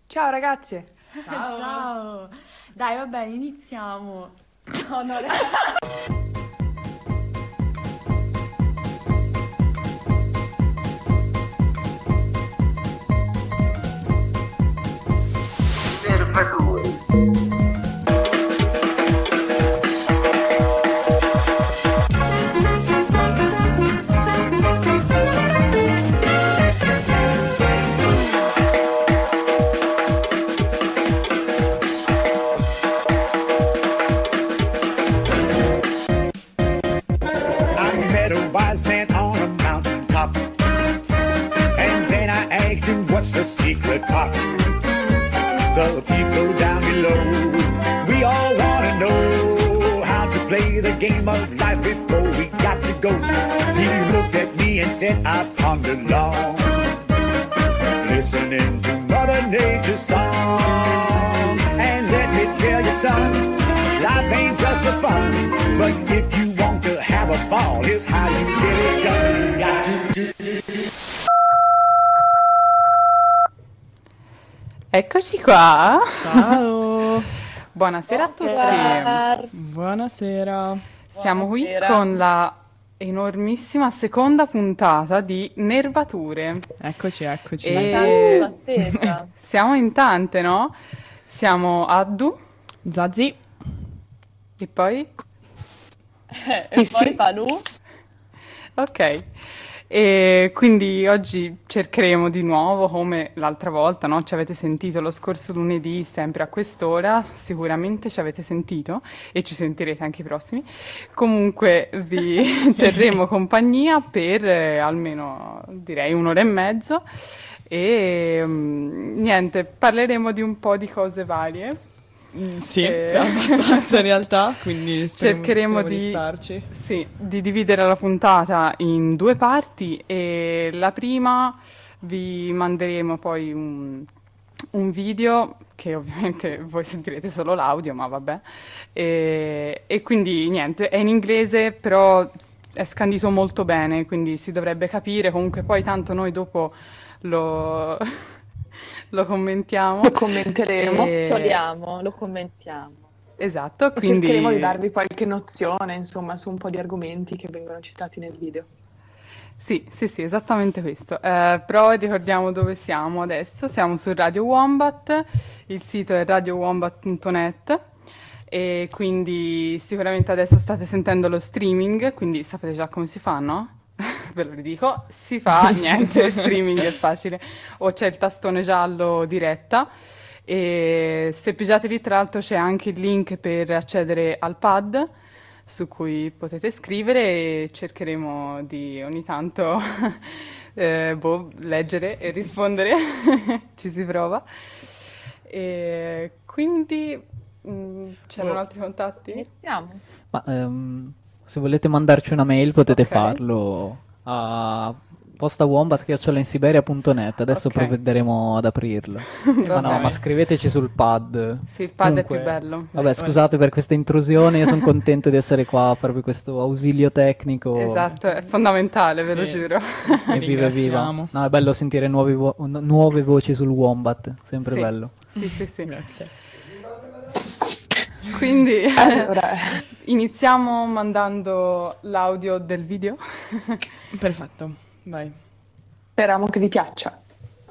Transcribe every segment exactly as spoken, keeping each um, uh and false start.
Ciao ragazze! Ciao! Ciao! Dai, vabbè, iniziamo! No, no, Nervatori. What's the secret pop? The people down below, we all wanna know how to play the game of life before we got to go. He looked at me and said, I've pondered long, listening to Mother Nature's song. And let me tell you, son, life ain't just for fun, but if you want to have a ball, here's how you get it done. You got to do, do, do. Eccoci qua. Ciao! Buonasera a tutti. Buonasera. Siamo qui Buonasera. con la enormissima seconda puntata di Nervature. Eccoci, eccoci. E attesa. siamo in tante, no? Siamo Addu Zazzi. e poi... E poi sì. Palù. Ok. E quindi oggi cercheremo di nuovo, come l'altra volta, no? Ci avete sentito lo scorso lunedì, sempre a quest'ora, sicuramente ci avete sentito e ci sentirete anche i prossimi. Comunque vi terremo compagnia per eh, almeno, direi, un'ora e mezzo e mm, niente, parleremo di un po' di cose varie. Mm, sì, Eh. abbastanza in realtà, quindi speriamo, Cercheremo speriamo di di- starci. Sì, di dividere la puntata in due parti e la prima vi manderemo poi un, un video che ovviamente voi sentirete solo l'audio, ma vabbè. E, e quindi niente, è in inglese, però è scandito molto bene, quindi si dovrebbe capire. Comunque poi tanto noi dopo lo, lo commentiamo. Lo commenteremo E- Soliamo, lo commentiamo. Esatto, e quindi... cercheremo di darvi qualche nozione, insomma, su un po' di argomenti che vengono citati nel video. Sì, sì, sì, esattamente questo. Eh, però ricordiamo dove siamo adesso. Siamo su Radio Wombat, il sito è radio wombat punto net e quindi sicuramente adesso state sentendo lo streaming, quindi sapete già come si fa, no? Ve lo ridico, si fa niente, streaming è facile. O c'è il tastone giallo diretta e se pigiate lì tra l'altro c'è anche il link per accedere al pad su cui potete scrivere e cercheremo di ogni tanto eh, boh, leggere e rispondere, ci si prova. E quindi mh, c'erano Oh. altri contatti? Iniziamo. Ma ehm, se volete mandarci una mail potete Ok. farlo a postawombat chiocciola insiberia punto net. Adesso Ok. provvederemo ad aprirlo. Va Ma no, bene. ma scriveteci sul pad. Sì, il pad Comunque- è più bello. Vabbè, scusate per questa intrusione, io sono contento di essere qua, proprio questo ausilio tecnico. Esatto, è fondamentale, ve lo Sì. giuro. Vi Evviva, evviva. ringraziamo. No, è bello sentire nuovi vo- nu- nuove voci sul Wombat, sempre Sì. bello. Sì, sì, sì. Grazie. Quindi Allora, iniziamo mandando l'audio del video. Perfetto, vai. speriamo che vi piaccia.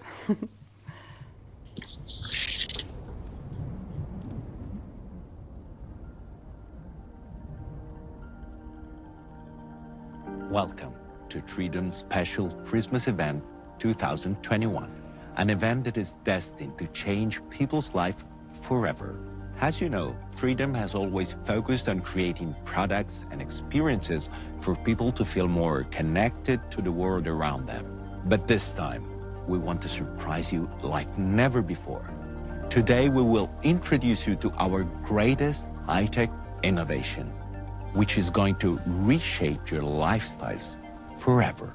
Welcome to Freedom's special Christmas event twenty twenty-one, an event that is destined to change people's life forever. As you know, Freedom has always focused on creating products and experiences for people to feel more connected to the world around them. But this time, we want to surprise you like never before. Today, we will introduce you to our greatest high-tech innovation, which is going to reshape your lifestyles forever.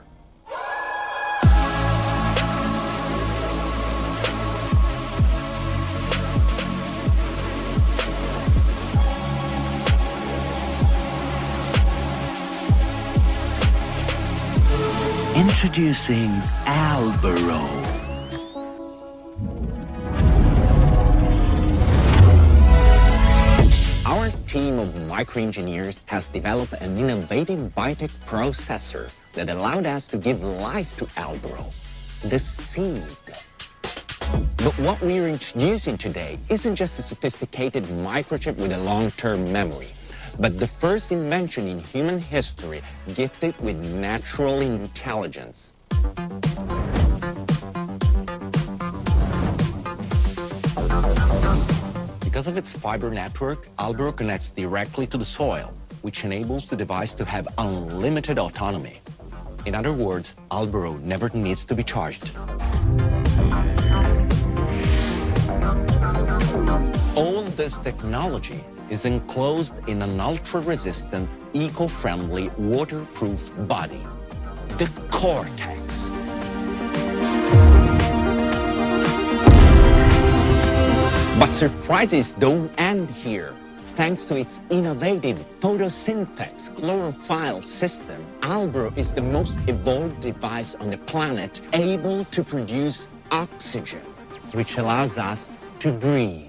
Introducing Albero. microengineers has developed an innovative biotech processor that allowed us to give life to Albro, the seed. But what we're introducing today isn't just a sophisticated microchip with a long-term memory, but the first invention in human history gifted with natural intelligence. Because of its fiber network, Albro connects directly to the soil, which enables the device to have unlimited autonomy. In other words, Albro never needs to be charged. All this technology is enclosed in an ultra-resistant, eco-friendly, waterproof body, the Cortex. But surprises don't end here. Thanks to its innovative photosynthex chlorophyll system, Albro is the most evolved device on the planet able to produce oxygen, which allows us to breathe.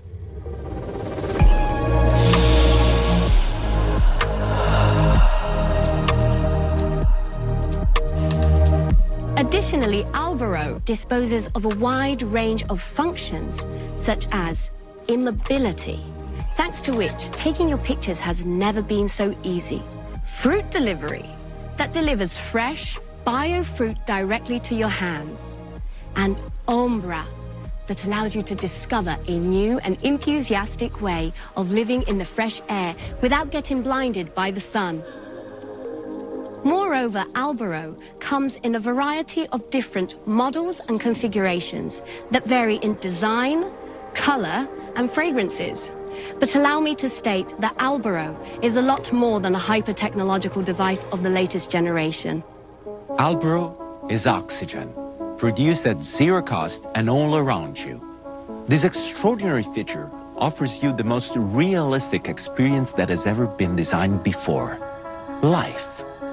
Additionally, Albro disposes of a wide range of functions, such as immobility, thanks to which taking your pictures has never been so easy. Fruit delivery, that delivers fresh, bio fruit directly to your hands. And Ombra, that allows you to discover a new and enthusiastic way of living in the fresh air without getting blinded by the sun. Moreover, Albro comes in a variety of different models and configurations that vary in design, color, and fragrances. But allow me to state that Albro is a lot more than a hyper-technological device of the latest generation. Albro is oxygen, produced at zero cost and all around you. This extraordinary feature offers you the most realistic experience that has ever been designed before. Life.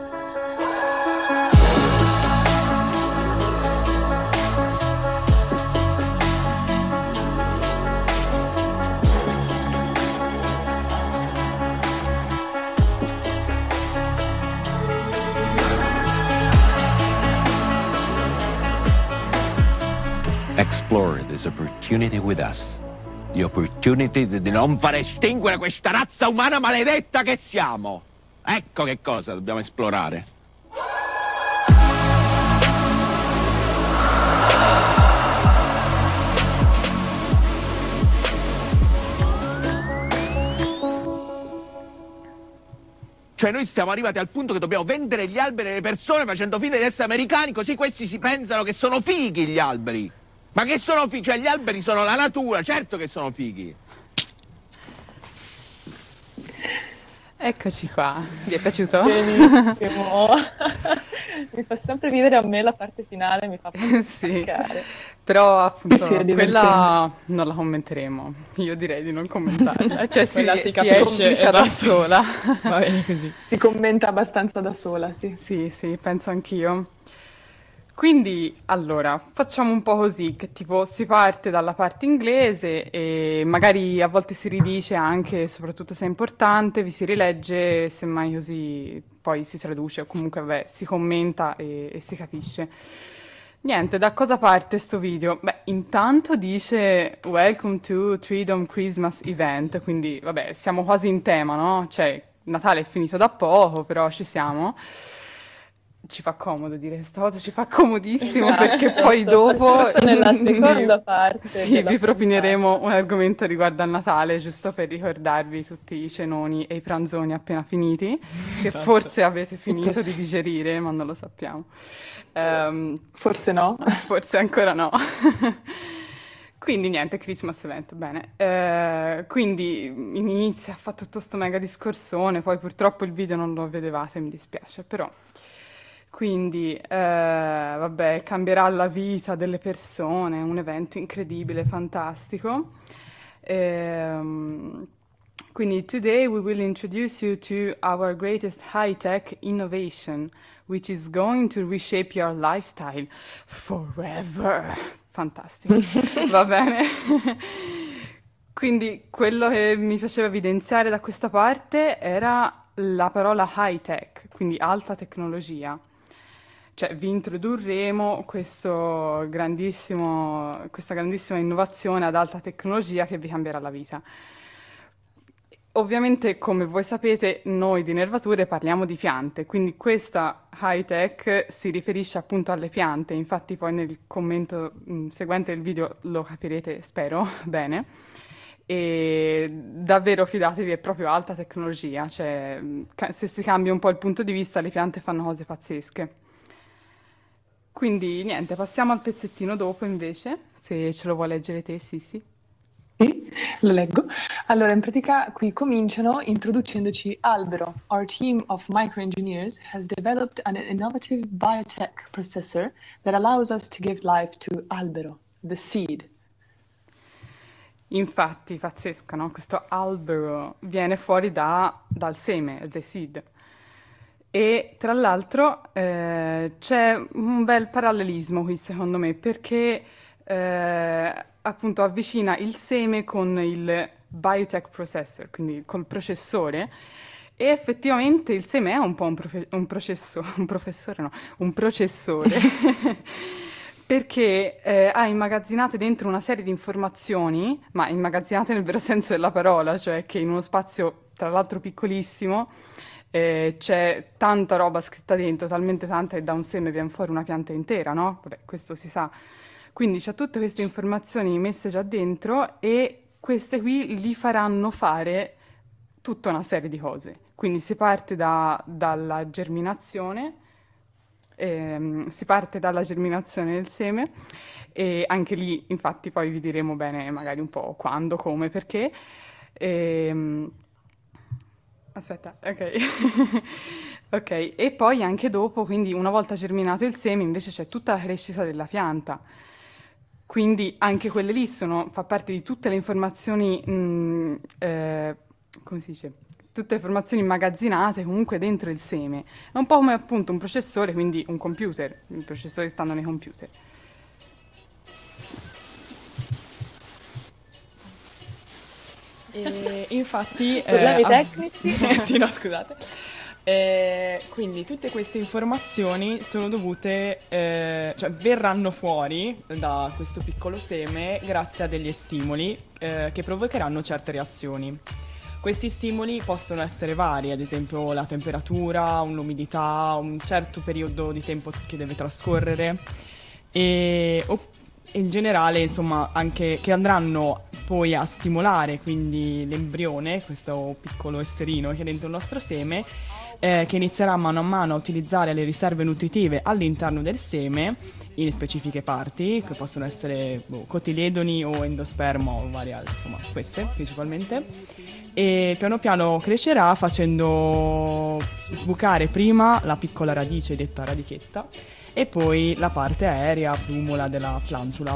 Explore this opportunity with us. The opportunity di non far estinguere questa razza umana maledetta che siamo. Ecco che cosa dobbiamo esplorare. Cioè noi siamo arrivati al punto che dobbiamo vendere gli alberi alle persone facendo finta di essere americani, così questi si pensano che sono fighi gli alberi. Ma che sono fighi? Cioè gli alberi sono la natura, certo che sono fighi. Eccoci qua, vi è piaciuto? Benissimo. Mi fa sempre ridere a me la parte finale, mi fa sì, però appunto sì, sì, quella non la commenteremo, io direi di non commentarla, cioè si, si, si capisce, è esatto. da sola. Va bene così. Si commenta abbastanza da sola, sì. Sì, sì, penso anch'io. Quindi, allora, facciamo un po' così, che tipo si parte dalla parte inglese e magari a volte si ridice anche, soprattutto se è importante, vi si rilegge, semmai così poi si traduce o comunque vabbè, si commenta e, e si capisce. Niente, da cosa parte sto video? Beh, intanto dice Welcome to Freedom Christmas Event, quindi vabbè, siamo quasi in tema, no? Cioè, Natale è finito da poco, però ci siamo. Ci fa comodo dire questa cosa, ci fa comodissimo esatto, perché poi dopo nella seconda parte sì, vi propineremo un argomento riguardo al Natale, giusto per ricordarvi tutti i cenoni e i pranzoni appena finiti, che esatto. forse avete finito di digerire, ma non lo sappiamo. Um, forse no. Forse ancora no. Quindi niente, Christmas event, bene. Eh, quindi in inizio ha fatto tutto sto mega discorsone, poi purtroppo il video non lo vedevate, mi dispiace, però... Quindi, eh, vabbè, cambierà la vita delle persone, un evento incredibile, fantastico. Ehm, quindi, today we will introduce you to our greatest high-tech innovation, which is going to reshape your lifestyle forever. Fantastico, va bene. Quindi quello che mi faceva evidenziare da questa parte era la parola high tech, quindi alta tecnologia. Cioè vi introdurremo questo grandissimo, questa grandissima innovazione ad alta tecnologia che vi cambierà la vita. Ovviamente, come voi sapete, noi di Nervature parliamo di piante, quindi questa high tech si riferisce appunto alle piante, infatti poi nel commento mh, seguente del video lo capirete, spero, bene. E davvero fidatevi, è proprio alta tecnologia, cioè ca- se si cambia un po' il punto di vista, le piante fanno cose pazzesche. Quindi niente, passiamo al pezzettino dopo invece, se ce lo vuoi leggere te, sì sì. Sì, lo leggo. Allora, in pratica qui cominciano introducendoci Albero. Our team of microengineers has developed an innovative biotech processor that allows us to give life to Albero, the seed. Infatti, pazzesca, no? Questo albero viene fuori da, dal seme, the seed. E tra l'altro eh, c'è un bel parallelismo qui secondo me, perché eh, appunto avvicina il seme con il biotech processor, quindi col processore, e effettivamente il seme è un po' un, profe- un processo- un professore, no, un processore, perché eh, ha immagazzinate dentro una serie di informazioni, ma immagazzinate nel vero senso della parola, cioè che in uno spazio tra l'altro piccolissimo eh, c'è tanta roba scritta dentro, talmente tanta che da un seme viene fuori una pianta intera, no? Vabbè, questo si sa. Quindi c'ha tutte queste informazioni messe già dentro e queste qui gli faranno fare tutta una serie di cose. Quindi si parte da, dalla germinazione, ehm, si parte dalla germinazione del seme e anche lì infatti poi vi diremo bene magari un po' quando, come, perché. Ehm, aspetta, ok. Ok, e poi anche dopo, quindi una volta germinato il seme invece c'è tutta la crescita della pianta. Quindi anche quelle lì sono, fa parte di tutte le informazioni, mh, eh, come si dice? Tutte le informazioni immagazzinate comunque dentro il seme. È un po' come appunto un processore, quindi un computer. I processori stanno nei computer. E infatti... Problemi eh, tecnici? ah, sì, no, scusate. Eh, quindi tutte queste informazioni sono dovute, eh, cioè verranno fuori da questo piccolo seme grazie a degli stimoli eh, che provocheranno certe reazioni. Questi stimoli possono essere vari, ad esempio la temperatura, l'umidità, un certo periodo di tempo che deve trascorrere e o, in generale insomma anche che andranno poi a stimolare quindi l'embrione, questo piccolo esserino che è dentro il nostro seme, eh, che inizierà mano a mano a utilizzare le riserve nutritive all'interno del seme in specifiche parti, che possono essere boh, cotiledoni o endosperma o varie altre, insomma queste principalmente, e piano piano crescerà facendo sbucare prima la piccola radice detta radichetta e poi la parte aerea, plumula della plantula.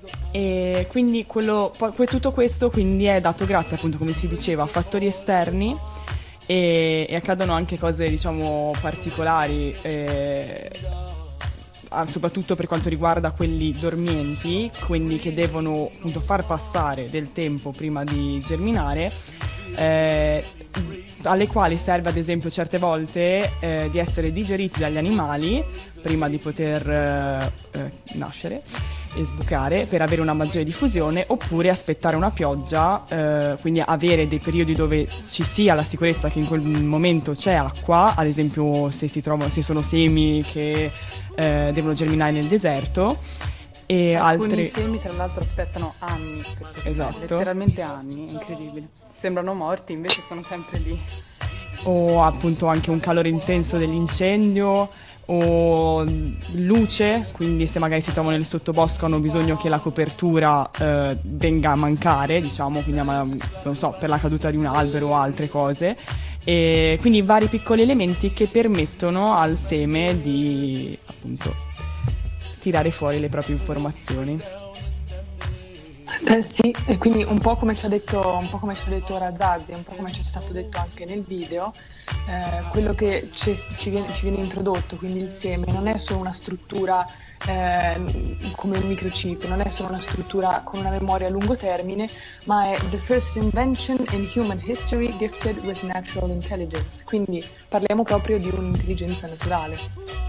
E quindi quello, poi, tutto questo quindi è dato grazie appunto, come si diceva, a fattori esterni e, e accadono anche cose diciamo particolari, eh, soprattutto per quanto riguarda quelli dormienti, quindi che devono appunto far passare del tempo prima di germinare, eh, alle quali serve ad esempio certe volte eh, di essere digeriti dagli animali prima di poter eh, eh, nascere e sbucare per avere una maggiore diffusione, oppure aspettare una pioggia, eh, quindi avere dei periodi dove ci sia la sicurezza che in quel momento c'è acqua, ad esempio se si trovano, se sono semi che eh, devono germinare nel deserto. E alcuni altri semi tra l'altro aspettano anni per germinare, esatto. letteralmente anni, incredibile. Sembrano morti, invece sono sempre lì. O appunto anche un calore intenso dell'incendio o luce, quindi se magari si trovano nel sottobosco hanno bisogno che la copertura eh, venga a mancare, diciamo, quindi non so, per la caduta di un albero o altre cose, e quindi vari piccoli elementi che permettono al seme di appunto tirare fuori le proprie informazioni. Eh, sì, e quindi un po' come ci ha detto, un po' come ci ha detto ora Zazi, un po' come ci è stato detto anche nel video, eh, quello che ci, ci viene, ci viene introdotto, quindi il seme, non è solo una struttura eh, come un microchip, non è solo una struttura con una memoria a lungo termine, ma è the first invention in human history gifted with natural intelligence, quindi parliamo proprio di un'intelligenza naturale.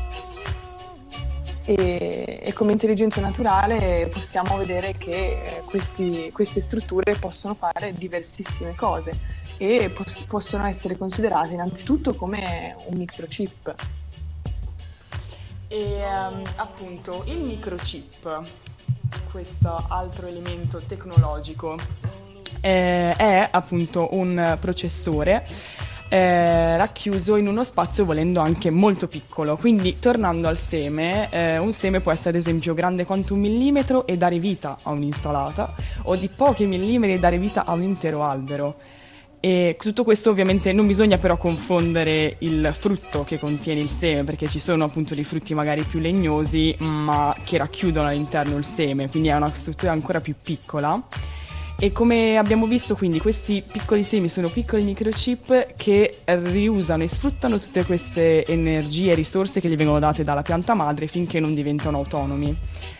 E, e come intelligenza naturale possiamo vedere che eh, questi, queste strutture possono fare diversissime cose e pos- possono essere considerate innanzitutto come un microchip. E um, appunto il microchip, questo altro elemento tecnologico, eh, è appunto un processore Eh, racchiuso in uno spazio volendo anche molto piccolo. Quindi tornando al seme, eh, un seme può essere ad esempio grande quanto un millimetro e dare vita a un'insalata, o di pochi millimetri e dare vita a un intero albero. E tutto questo ovviamente non bisogna però confondere il frutto che contiene il seme, perché ci sono appunto dei frutti magari più legnosi ma che racchiudono all'interno il seme, quindi è una struttura ancora più piccola. E come abbiamo visto, quindi questi piccoli semi sono piccoli microchip che riusano e sfruttano tutte queste energie e risorse che gli vengono date dalla pianta madre finché non diventano autonomi.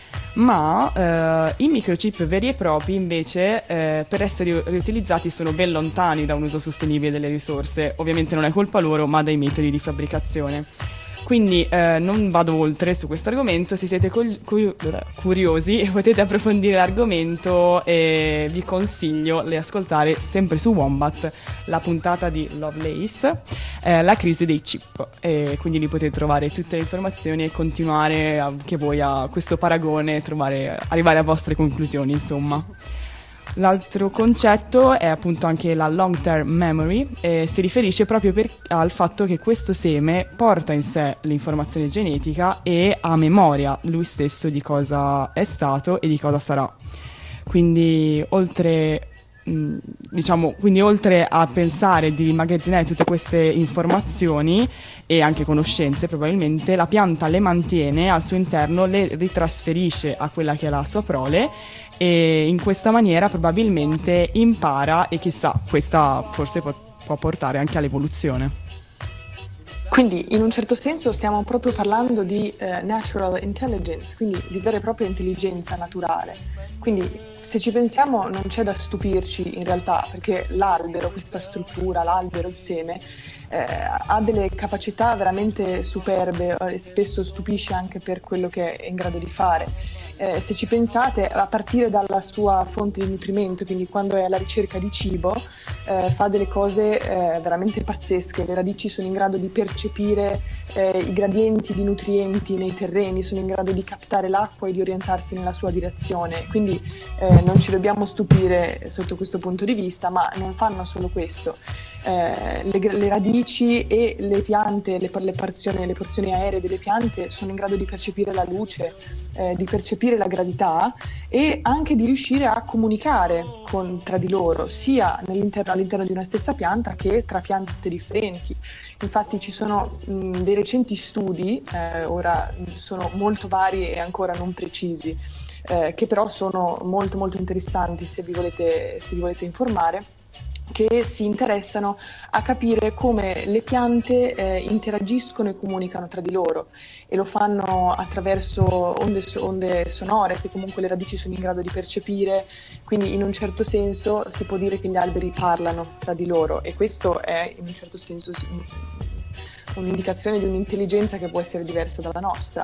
Ma eh, i microchip veri e propri invece eh, per essere riutilizzati sono ben lontani da un uso sostenibile delle risorse. Ovviamente non è colpa loro, ma dai metodi di fabbricazione. Quindi eh, non vado oltre su questo argomento, se siete col- cu- curiosi potete approfondire l'argomento e vi consiglio di ascoltare sempre su Wombat la puntata di Lovelace, eh, la crisi dei chip, e quindi lì potete trovare tutte le informazioni e continuare anche voi a questo paragone, trovare, arrivare a vostre conclusioni insomma. L'altro concetto è appunto anche la long term memory e si riferisce proprio per, al fatto che questo seme porta in sé l'informazione genetica e ha memoria lui stesso di cosa è stato e di cosa sarà. Quindi oltre, mh, diciamo, quindi oltre a pensare di immagazzinare tutte queste informazioni e anche conoscenze probabilmente, la pianta le mantiene al suo interno, le ritrasferisce a quella che è la sua prole e in questa maniera probabilmente impara e chissà, questa forse può, può portare anche all'evoluzione. Quindi in un certo senso stiamo proprio parlando di eh, natural intelligence, quindi di vera e propria intelligenza naturale. Quindi se ci pensiamo non c'è da stupirci in realtà, perché l'albero, questa struttura, l'albero, il seme, eh, ha delle capacità veramente superbe e spesso stupisce anche per quello che è in grado di fare. Eh, se ci pensate, a partire dalla sua fonte di nutrimento, quindi quando è alla ricerca di cibo, eh, fa delle cose eh, veramente pazzesche. Le radici sono in grado di percepire eh, i gradienti di nutrienti nei terreni, sono in grado di captare l'acqua e di orientarsi nella sua direzione. Quindi eh, non ci dobbiamo stupire sotto questo punto di vista, ma non fanno solo questo. Eh, le, le radici e le piante, le, le, porzioni, le porzioni aeree delle piante sono in grado di percepire la luce, eh, di percepire la gravità e anche di riuscire a comunicare con, tra di loro, sia all'interno, all'interno di una stessa pianta che tra piante differenti. Infatti ci sono mh, dei recenti studi, eh, ora sono molto vari e ancora non precisi, eh, che però sono molto molto interessanti se vi volete, se vi volete informare, che si interessano a capire come le piante eh, interagiscono e comunicano tra di loro e lo fanno attraverso onde, onde sonore che comunque le radici sono in grado di percepire, quindi in un certo senso si può dire che gli alberi parlano tra di loro e questo è in un certo senso un'indicazione di un'intelligenza che può essere diversa dalla nostra.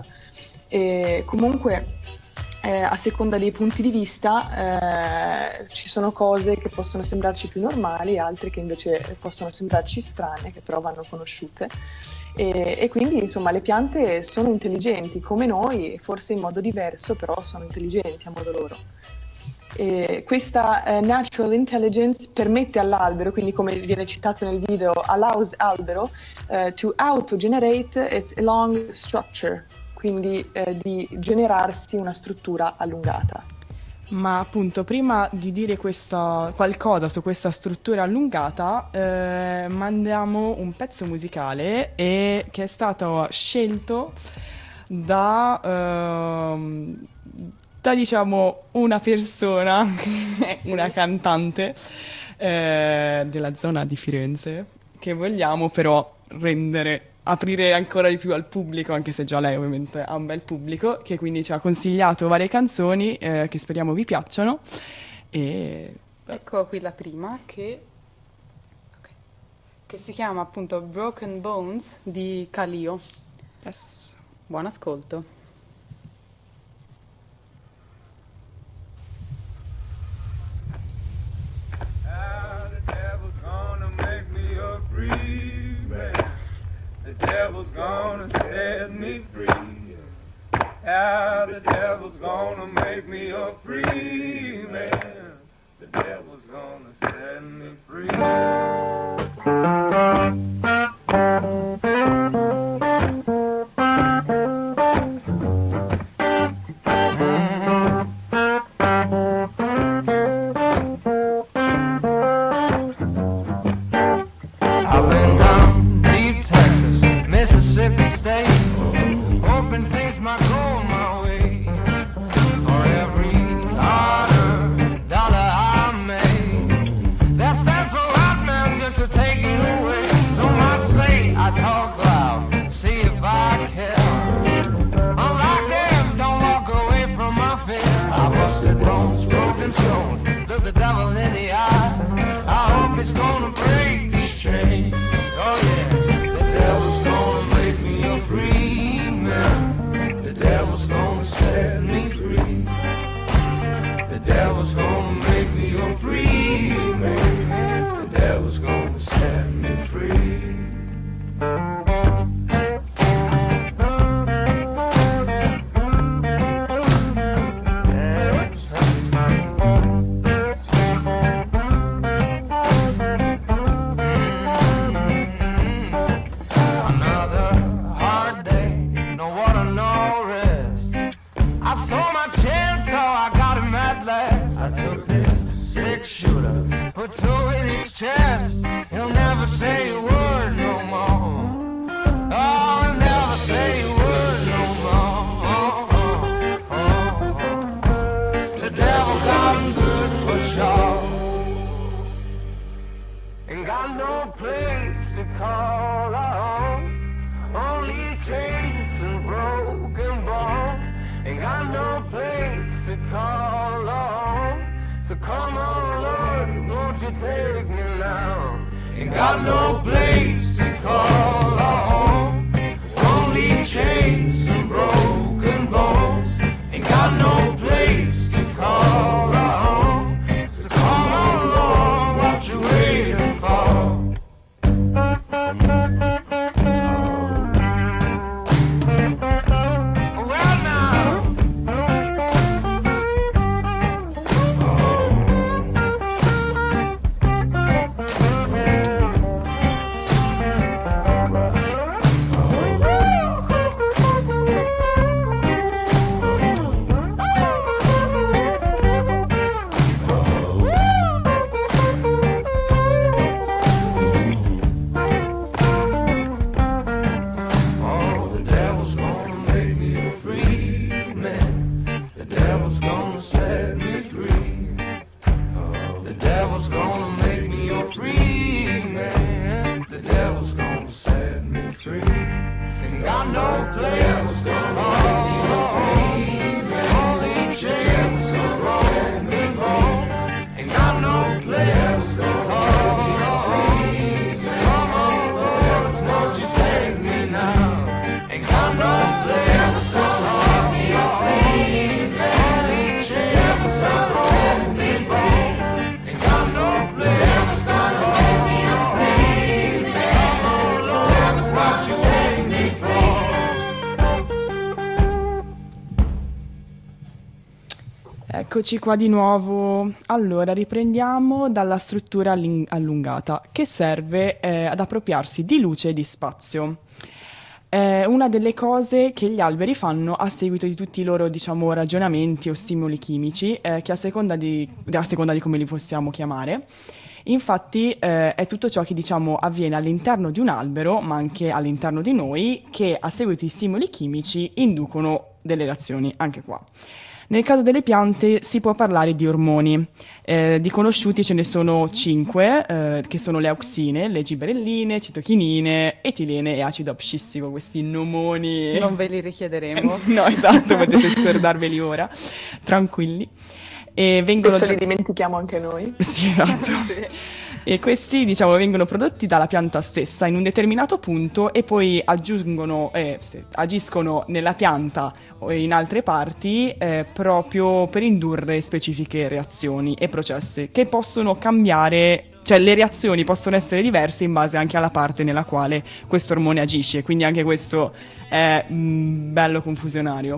E comunque Eh, a seconda dei punti di vista eh, ci sono cose che possono sembrarci più normali, altre che invece possono sembrarci strane, che però vanno conosciute e, e quindi insomma le piante sono intelligenti come noi, forse in modo diverso, però sono intelligenti a modo loro. E questa eh, natural intelligence permette all'albero, quindi come viene citato nel video, allows albero uh, to auto-generate its long structure, quindi eh, di generarsi una struttura allungata. Ma appunto prima di dire questa, qualcosa su questa struttura allungata eh, mandiamo un pezzo musicale e, che è stato scelto da, eh, tutta, diciamo, una persona, una cantante eh, della zona di Firenze, che vogliamo però rendere, aprire ancora di più al pubblico, anche se già lei ovviamente ha un bel pubblico, che quindi ci ha consigliato varie canzoni eh, che speriamo vi piacciono. E ecco qui la prima che, okay. che si chiama appunto Broken Bones di Kalio. Yes. Buon ascolto. Ah, the devil's gonna make me a free man. The devil's gonna set me free. Ah, the devil's gonna make me a free man. The devil's gonna set me free. I've been down deep Texas, Mississippi State, hoping things might go my way. For every dollar, dollar I made, that stands a lot, man, just to take it away. Some might say I talk loud, see if I care. Unlike them, don't walk away from my fear. I busted bones, broken stones, look the devil in the eye. I hope it's gonna break this chain. Oh yeah, the devil's gonna make me a free man. The devil's gonna set me free. The devil's gonna make me a free man. The devil's gonna set me free. Shooter, put two in his chest. He'll never say a word no more. Oh, he'll never say a word no more. Oh, oh, oh. The devil got him good for sure. Ain't got no place to call home. Only chains and broken bones. Ain't got no place to call home. So come on, Lord, won't you take me now? Ain't got no place to call home. Only chains and broken bones. Ain't got no place to call home. So come on, Lord, what you waiting for? Eccoci qua di nuovo. Allora, riprendiamo dalla struttura allin- allungata, che serve eh, ad appropriarsi di luce e di spazio. È una delle cose che gli alberi fanno a seguito di tutti i loro, diciamo, ragionamenti o stimoli chimici, eh, che a seconda di, a seconda di come li possiamo chiamare. Infatti eh, è tutto ciò che, diciamo, avviene all'interno di un albero, ma anche all'interno di noi, che a seguito di stimoli chimici inducono delle reazioni, anche qua. Nel caso delle piante si può parlare di ormoni. Eh, di conosciuti ce ne sono cinque, eh, che sono le auxine, le giberelline, citochinine, etilene e acido abscissico, questi nomoni. Non ve li richiederemo. No, esatto, potete scordarveli ora, tranquilli. E vengono Spesso tra- li dimentichiamo anche noi. Sì, esatto. E questi, diciamo, vengono prodotti dalla pianta stessa in un determinato punto e poi aggiungono, eh, sì, agiscono nella pianta o in altre parti eh, proprio per indurre specifiche reazioni e processi che possono cambiare, cioè le reazioni possono essere diverse in base anche alla parte nella quale questo ormone agisce, quindi anche questo è mm, bello confusionario.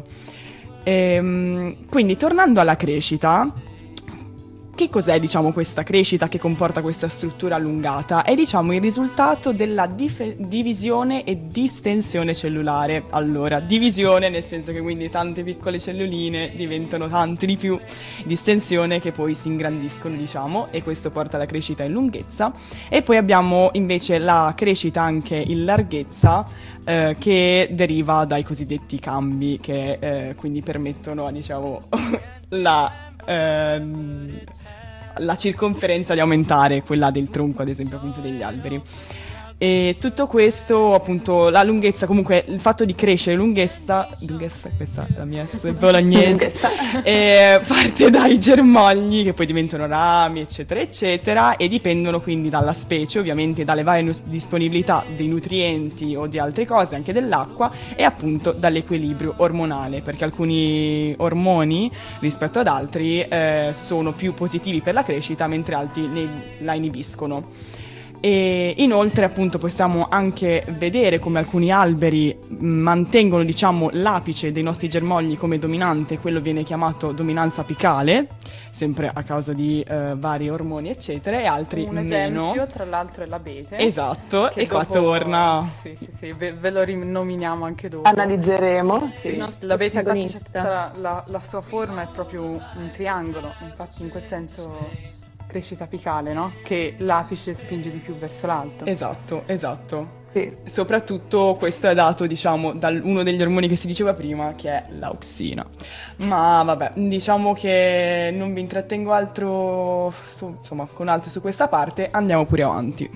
Ehm, quindi tornando alla crescita, che cos'è, diciamo, questa crescita che comporta questa struttura allungata? È, diciamo, il risultato della dif- divisione e distensione cellulare. Allora, divisione nel senso che quindi tante piccole celluline diventano tante di più, distensione che poi si ingrandiscono, diciamo, e questo porta alla crescita in lunghezza. E poi abbiamo invece la crescita anche in larghezza, eh, che deriva dai cosiddetti cambi che eh, quindi permettono, diciamo, la... Ehm, la circonferenza di aumentare, quella del tronco ad esempio appunto degli alberi. E tutto questo, appunto, la lunghezza, comunque il fatto di crescere lunghezza, lunghezza, questa è la mia S bolognese, e parte dai germogli che poi diventano rami, eccetera, eccetera, e dipendono quindi dalla specie, ovviamente dalle varie nu- disponibilità dei nutrienti o di altre cose, anche dell'acqua, e appunto dall'equilibrio ormonale, perché alcuni ormoni rispetto ad altri eh, sono più positivi per la crescita, mentre altri ne- la inibiscono. E inoltre appunto possiamo anche vedere come alcuni alberi mantengono, diciamo, l'apice dei nostri germogli come dominante, quello viene chiamato dominanza apicale, sempre a causa di eh, vari ormoni eccetera, e altri Un meno. esempio tra l'altro è l'abete. Esatto, che e qua dopo- torna. Sì, sì, sì, ve, ve lo rinominiamo anche dopo. Analizzeremo, sì. Sì, l'abete infatti c'è tutta la, la, la sua forma è proprio un triangolo, infatti in quel senso crescita apicale, no? Che l'apice spinge di più verso l'alto. Esatto, esatto. Sì. Soprattutto questo è dato, diciamo, da uno degli ormoni che si diceva prima, che è l'auxina. Ma vabbè, diciamo che non vi intrattengo altro, su- insomma, con altro su questa parte, andiamo pure avanti.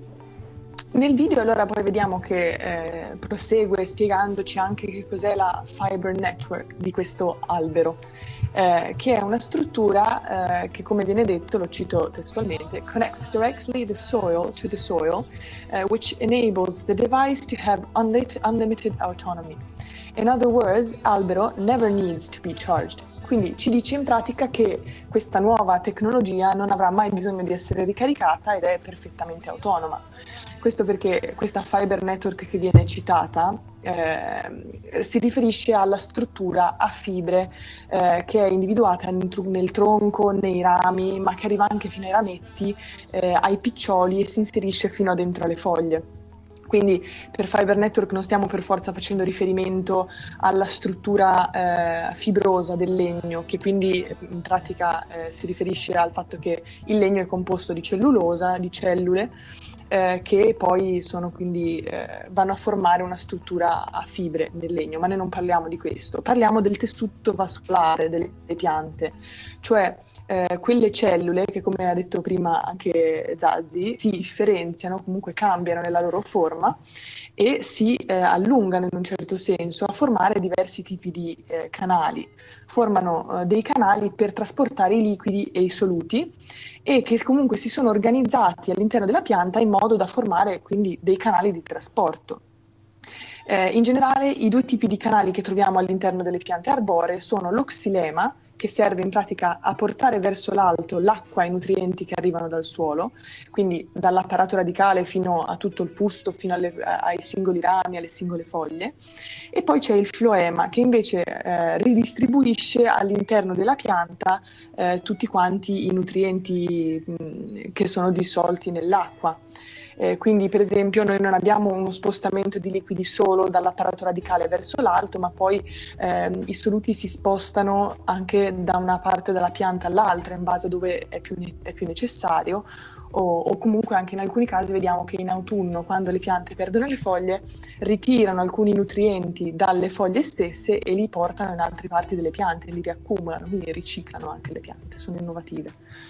Nel video allora poi vediamo che eh, prosegue spiegandoci anche che cos'è la fiber network di questo albero, eh, che è una struttura eh, che, come viene detto, lo cito testualmente, connects directly the soil to the soil, eh, which enables the device to have unlit- unlimited autonomy. In other words, albero never needs to be charged. Quindi ci dice in pratica che questa nuova tecnologia non avrà mai bisogno di essere ricaricata ed è perfettamente autonoma. Questo perché questa fiber network che viene citata eh, si riferisce alla struttura a fibre eh, che è individuata nel, tru- nel tronco, nei rami, ma che arriva anche fino ai rametti, eh, ai piccioli e si inserisce fino a dentro alle foglie. Quindi per fiber network non stiamo per forza facendo riferimento alla struttura eh, fibrosa del legno, che quindi in pratica eh, si riferisce al fatto che il legno è composto di cellulosa, di cellule, eh, che poi sono quindi, eh, vanno a formare una struttura a fibre nel legno, ma noi non parliamo di questo, parliamo del tessuto vascolare delle piante, cioè eh, quelle cellule che, come ha detto prima anche Zazi, si differenziano, comunque cambiano nella loro forma e si eh, allungano in un certo senso a formare diversi tipi di eh, canali, formano eh, dei canali per trasportare i liquidi e i soluti e che comunque si sono organizzati all'interno della pianta in modo da formare quindi dei canali di trasporto. Eh, in generale i due tipi di canali che troviamo all'interno delle piante arboree sono l'oxilema, che serve in pratica a portare verso l'alto l'acqua e i nutrienti che arrivano dal suolo, quindi dall'apparato radicale fino a tutto il fusto, fino alle, ai singoli rami, alle singole foglie. E poi c'è il floema, che invece eh, ridistribuisce all'interno della pianta eh, tutti quanti i nutrienti mh, che sono dissolti nell'acqua. Eh, quindi per esempio noi non abbiamo uno spostamento di liquidi solo dall'apparato radicale verso l'alto, ma poi ehm, i soluti si spostano anche da una parte della pianta all'altra in base a dove è più, ne- è più necessario, o, o comunque anche in alcuni casi vediamo che in autunno, quando le piante perdono le foglie, ritirano alcuni nutrienti dalle foglie stesse e li portano in altre parti delle piante, li riaccumulano, quindi riciclano anche le piante, sono innovative.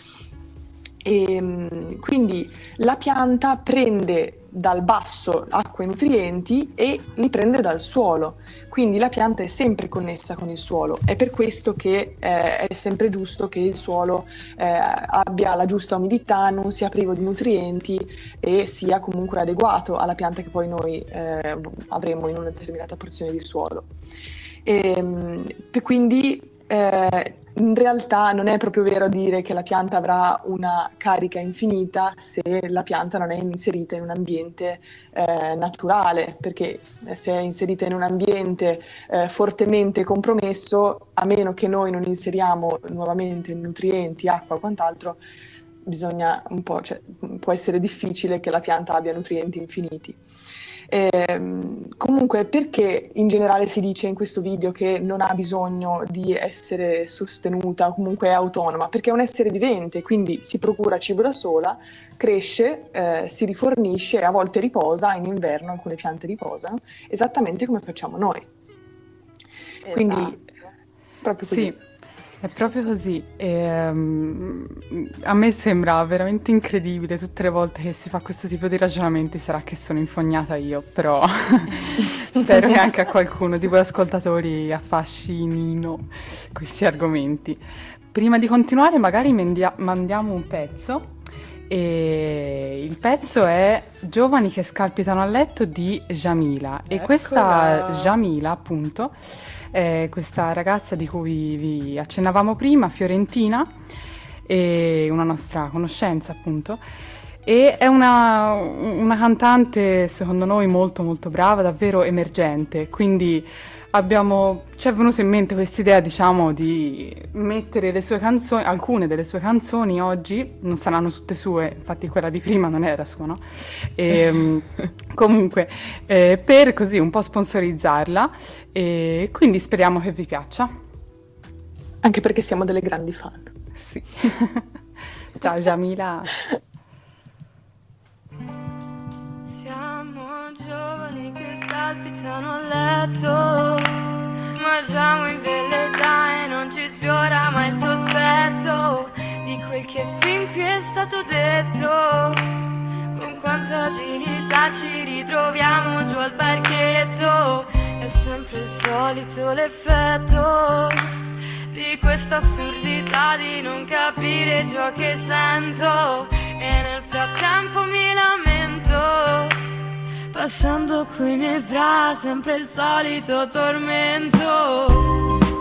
E quindi la pianta prende dal basso acqua e nutrienti e li prende dal suolo, quindi la pianta è sempre connessa con il suolo. È per questo che eh, è sempre giusto che il suolo eh, abbia la giusta umidità, non sia privo di nutrienti e sia comunque adeguato alla pianta che poi noi eh, avremo in una determinata porzione di suolo. E, quindi eh, in realtà non è proprio vero dire che la pianta avrà una carica infinita se la pianta non è inserita in un ambiente eh, naturale, perché se è inserita in un ambiente eh, fortemente compromesso, a meno che noi non inseriamo nuovamente nutrienti, acqua o quant'altro, bisogna un po', cioè, può essere difficile che la pianta abbia nutrienti infiniti. Eh, comunque, perché in generale si dice in questo video che non ha bisogno di essere sostenuta o comunque è autonoma? Perché è un essere vivente, quindi si procura cibo da sola, cresce, eh, si rifornisce e a volte riposa, in inverno alcune piante riposano, esattamente come facciamo noi. Esatto. Quindi, proprio così. Sì, è proprio così. E, um, a me sembra veramente incredibile tutte le volte che si fa questo tipo di ragionamenti. Sarà che sono infognata io, però spero che anche a qualcuno di voi ascoltatori affascinino questi argomenti. Prima di continuare magari mandia- mandiamo un pezzo. E il pezzo è Giovani che scalpitano a letto di Jamila. E Eccola. Questa Jamila, appunto, è questa ragazza di cui vi accennavamo prima, fiorentina, e una nostra conoscenza, appunto, e è una, una cantante secondo noi molto molto brava, davvero emergente, quindi abbiamo, ci è venuta in mente questa idea, diciamo, di mettere le sue canzoni, alcune delle sue canzoni oggi, non saranno tutte sue, infatti quella di prima non era sua, no? E, comunque, eh, per così un po' sponsorizzarla, e quindi speriamo che vi piaccia. Anche perché siamo delle grandi fan. Sì. Ciao Jamila. Siamo giovani che scalpitano a letto, mangiamo in velleità e non ci sfiora mai il sospetto di quel che fin qui è stato detto. Con quanta agilità ci ritroviamo giù al parchetto, è sempre il solito l'effetto di questa assurdità di non capire ciò che sento, e nel frattempo mi lamento, passando coi miei fra sempre il solito tormento.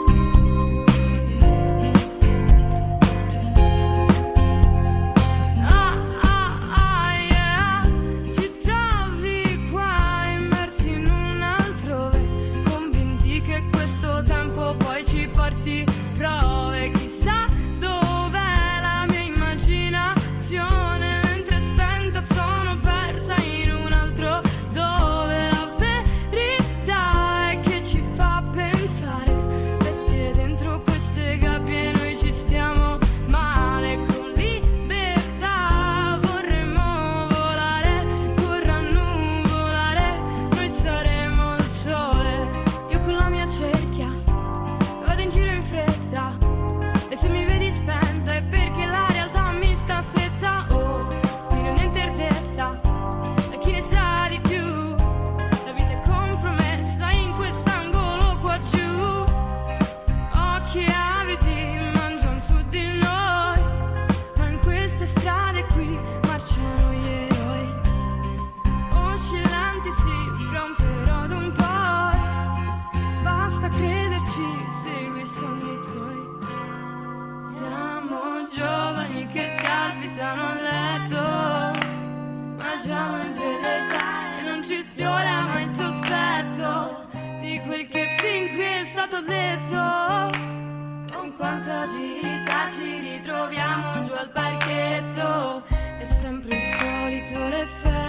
Prove, chissà dov'è la mia immaginazione, mentre spenta sono persa in un altro dove la verità è che ci fa pensare, bestie dentro queste gabbie e noi ci stiamo male. Con libertà vorremmo volare, corra nuvolare, noi saremo il sole. Io con la mia cerchia vado in giro in fretta, e se mi vedi spenta è perché la realtà mi sta stretta. Oh, qui non è interdetta, e chi ne sa di più, la vita è compromessa in quest'angolo qua giù. Occhi avidi mangiano su di noi, ma in queste strade qui marciano gli eroi, oscillanti sì, fra un però ed un poi, basta crederci, segui i sogni tuoi. Siamo giovani che scalpitano a letto, mangiamo in velleità e non ci sfiora mai il sospetto di quel che fin qui è stato detto. Con quanta agilità ci ritroviamo giù al parchetto, è sempre il solito l'effetto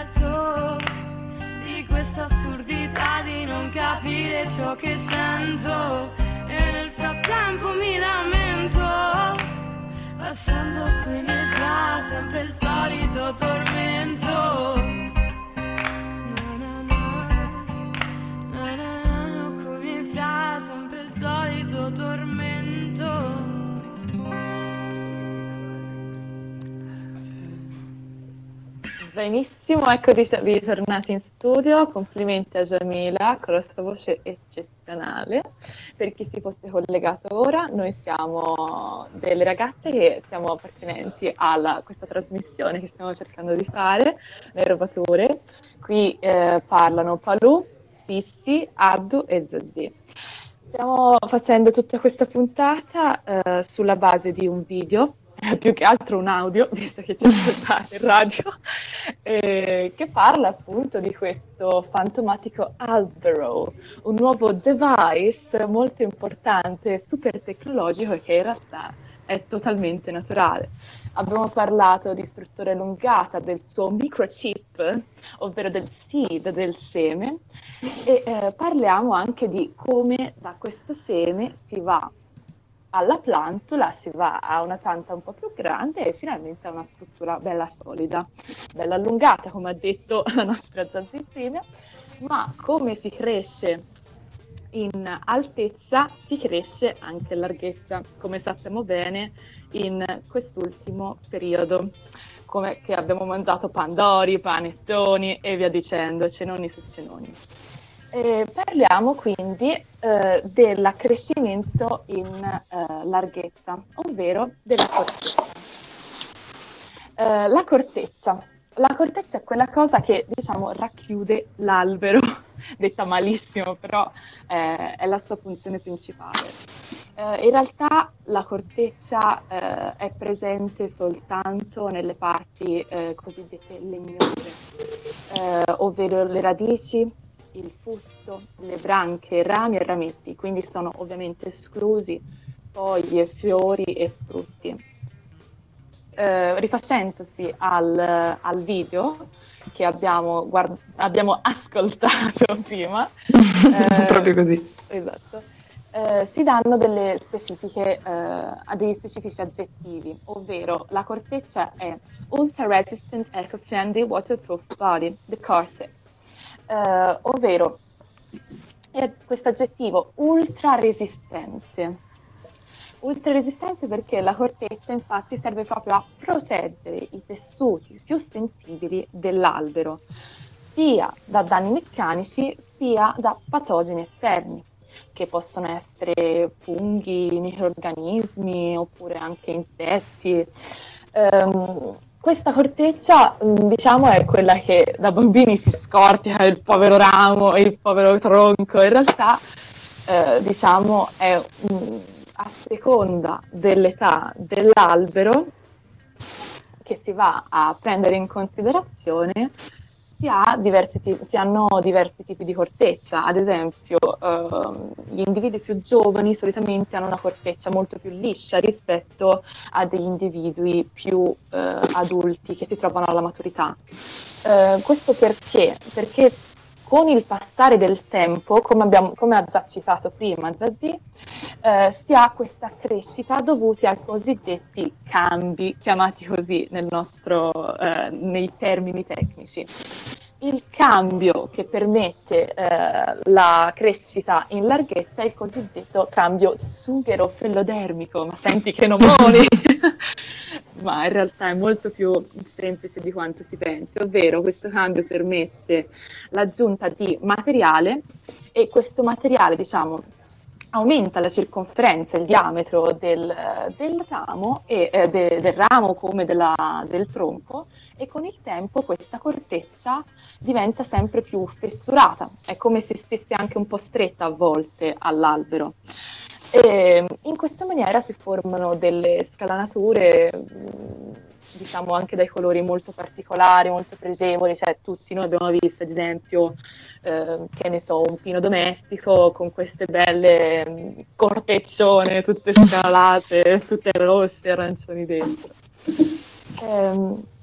di questa assurdità di non capire ciò che sento, e nel frattempo mi lamento, passando qui mi fa sempre il solito tormento. Na na na, na na na, no, qui mi fa sempre il solito tormento. Benissimo, eccoci ritornati in studio. Complimenti a Jamila con la sua voce eccezionale. Per chi si fosse collegato ora, noi siamo delle ragazze che siamo appartenenti a questa trasmissione che stiamo cercando di fare, Le Rovature. Qui eh, parlano Palù, Sissi, Addu e Zazzi. Stiamo facendo tutta questa puntata eh, sulla base di un video, più che altro un audio, visto che ci ascoltate in radio, eh, che parla appunto di questo fantomatico albero, un nuovo device molto importante, super tecnologico, che in realtà è totalmente naturale. Abbiamo parlato di struttura elongata, del suo microchip, ovvero del seed, del seme, e eh, parliamo anche di come da questo seme si va alla plantola, si va a una pianta un po' più grande e finalmente a una struttura bella solida, bella allungata, come ha detto la nostra Zazzi prima, ma come si cresce in altezza, si cresce anche in larghezza, come sappiamo bene in quest'ultimo periodo, come che abbiamo mangiato pandori, panettoni e via dicendo, cenoni su cenoni. Eh, parliamo quindi eh, dell'accrescimento in eh, larghezza, ovvero della corteccia. Eh, la corteccia. La corteccia è quella cosa che, diciamo, racchiude l'albero, detta malissimo, però eh, è la sua funzione principale. Eh, in realtà la corteccia eh, è presente soltanto nelle parti eh, cosiddette legnose, eh, ovvero le radici, il fusto, le branche, rami e rametti, quindi sono ovviamente esclusi foglie, fiori e frutti. Eh, rifacendosi al, al video che abbiamo, guard- abbiamo ascoltato prima, eh, proprio così. Esatto. Eh, si danno delle specifiche, eh, degli specifici aggettivi, ovvero la corteccia è Ultra Resistant Eco-Friendly Waterproof Body, the cortex. Uh, ovvero è questo aggettivo ultra resistente. Ultra resistente perché la corteccia infatti serve proprio a proteggere i tessuti più sensibili dell'albero, sia da danni meccanici sia da patogeni esterni, che possono essere funghi, microrganismi oppure anche insetti. Um, Questa corteccia, diciamo, è quella che da bambini si scortica il povero ramo e il povero tronco. In realtà, eh, diciamo, è um, a seconda dell'età dell'albero che si va a prendere in considerazione, si, ha diversi tipi, si hanno diversi tipi di corteccia. Ad esempio, ehm, gli individui più giovani solitamente hanno una corteccia molto più liscia rispetto a degli individui più eh, adulti che si trovano alla maturità. Eh, questo perché? Perché con il passare del tempo, come, abbiamo, come ha già citato prima Zazzi, eh, si ha questa crescita dovuti ai cosiddetti cambi, chiamati così nel nostro, eh, nei termini tecnici. Il cambio che permette eh, la crescita in larghezza è il cosiddetto cambio sughero-fillodermico, ma senti che nomoni! Ma in realtà è molto più semplice di quanto si pensi, ovvero questo cambio permette l'aggiunta di materiale e questo materiale, diciamo, aumenta la circonferenza, il diametro del, del ramo, e, eh, de, del ramo come della, del tronco, e con il tempo questa corteccia diventa sempre più fessurata, è come se stesse anche un po' stretta a volte all'albero. E in questa maniera si formano delle scalanature, diciamo anche dai colori molto particolari, molto pregevoli, cioè tutti noi abbiamo visto ad esempio, eh, che ne so, un pino domestico con queste belle corteccione tutte scalate, tutte rosse, arancioni dentro. Ehm,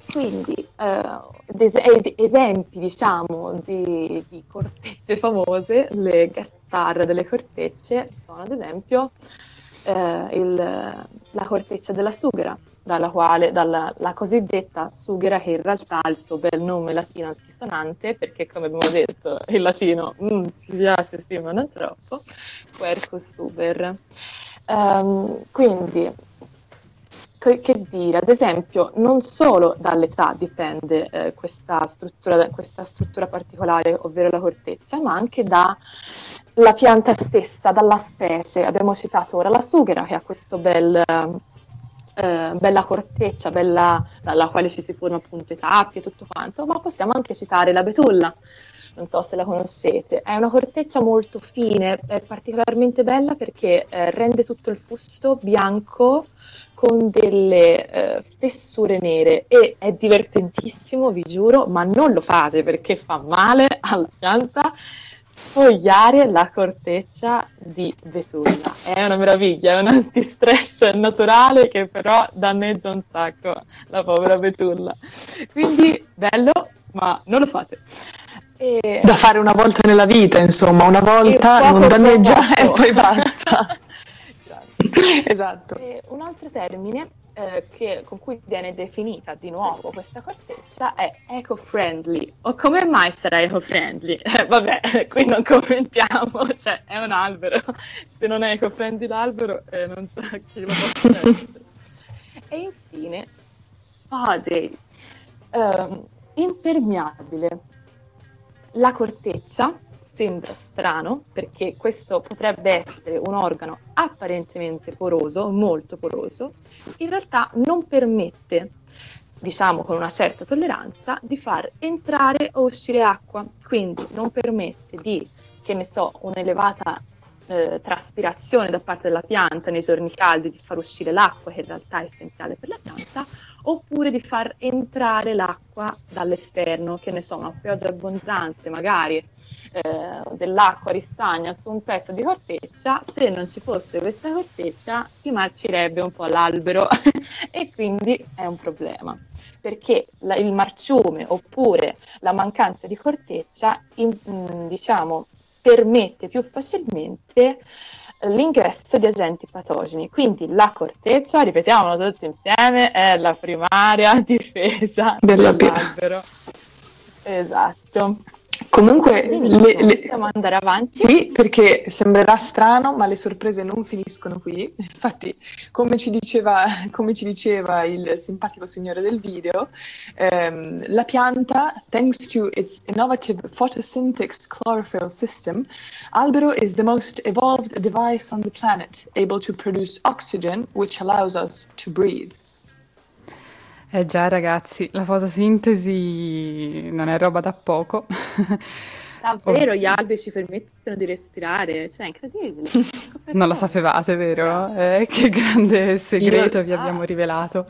Quindi, eh, des- ed- esempi, diciamo, di, di cortecce famose, le guest star delle cortecce sono ad esempio eh, il- la corteccia della sughera, dalla quale, dalla la cosiddetta sughera, che in realtà ha il suo bel nome latino altisonante, perché come abbiamo detto il latino mm, ci piace, sì, ma non troppo, Quercus suber. Ehm, quindi, che, che dire, ad esempio, non solo dall'età dipende eh, questa struttura, questa struttura particolare, ovvero la corteccia, ma anche dalla pianta stessa, dalla specie. Abbiamo citato ora la sughera, che ha questo bel, eh, bella corteccia, bella, dalla quale ci si formano appunto i tappi e tutto quanto, ma possiamo anche citare la betulla. Non so se la conoscete, è una corteccia molto fine, è particolarmente bella perché eh, rende tutto il fusto bianco con delle eh, fessure nere e è divertentissimo, vi giuro, ma non lo fate perché fa male alla pianta sfogliare la corteccia di betulla. È una meraviglia, è un antistress naturale che però danneggia un sacco la povera betulla. Quindi bello, ma non lo fate. E... Da fare una volta nella vita, insomma, una volta non danneggia e poi basta. Esatto. E un altro termine eh, che, con cui viene definita di nuovo questa corteccia è eco-friendly. O come mai sarà eco-friendly? Eh, vabbè, qui non commentiamo, cioè è un albero. Se non è eco-friendly l'albero, eh, non so chi lo possa essere. E infine, padre, ehm, impermeabile. La corteccia sembra strano perché questo potrebbe essere un organo apparentemente poroso, molto poroso, in realtà non permette, diciamo con una certa tolleranza, di far entrare o uscire acqua, quindi non permette di, che ne so, un'elevata eh, traspirazione da parte della pianta nei giorni caldi, di far uscire l'acqua che in realtà è essenziale per la pianta, oppure di far entrare l'acqua dall'esterno, che ne so, una pioggia abbondante magari eh, dell'acqua ristagna su un pezzo di corteccia, se non ci fosse questa corteccia si marcirebbe un po' l'albero e quindi è un problema, perché la, il marciume oppure la mancanza di corteccia in, mh, diciamo permette più facilmente l'ingresso di agenti patogeni. Quindi la corteccia, ripetiamolo tutti insieme, è la primaria difesa Della dell'albero. Esatto. Comunque, le, le... possiamo andare avanti? Sì, perché sembrerà strano, ma le sorprese non finiscono qui. Infatti, come ci diceva, come ci diceva il simpatico signore del video, ehm, la pianta, thanks to its innovative photosynthetic chlorophyll system, albero is the most evolved device on the planet, able to produce oxygen, which allows us to breathe. Eh già ragazzi, la fotosintesi non è roba da poco. Davvero, gli alberi ci permettono di respirare, cioè è incredibile. Non lo sapevate, vero? Eh, che grande segreto Io- vi abbiamo Ah. rivelato.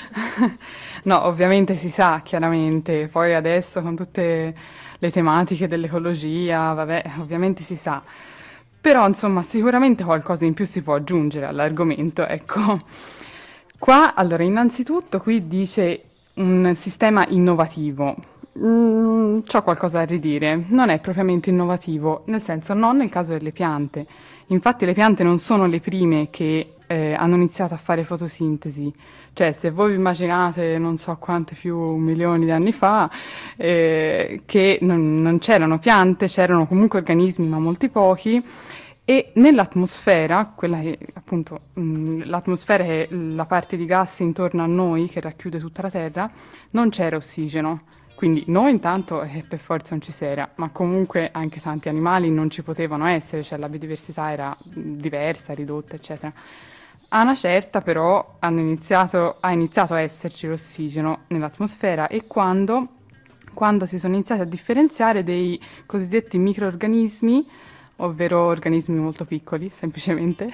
No, ovviamente si sa, chiaramente, poi adesso con tutte le tematiche dell'ecologia, vabbè, ovviamente si sa. Però, insomma, sicuramente qualcosa in più si può aggiungere all'argomento, ecco. Qua, allora, innanzitutto qui dice un sistema innovativo. Mm, c'ho qualcosa da ridire, non è propriamente innovativo, nel senso non nel caso delle piante. Infatti le piante non sono le prime che eh, hanno iniziato a fare fotosintesi. Cioè, se voi vi immaginate, non so quante più milioni di anni fa, eh, che non, non c'erano piante, c'erano comunque organismi, ma molti pochi, e nell'atmosfera, quella che appunto mh, l'atmosfera è la parte di gas intorno a noi che racchiude tutta la Terra, non c'era ossigeno. Quindi noi intanto eh, per forza non ci si era, ma comunque anche tanti animali non ci potevano essere, cioè la biodiversità era mh, diversa, ridotta, eccetera. A una certa però hanno iniziato, ha iniziato a esserci l'ossigeno nell'atmosfera e quando, quando si sono iniziati a differenziare dei cosiddetti microorganismi, ovvero organismi molto piccoli, semplicemente,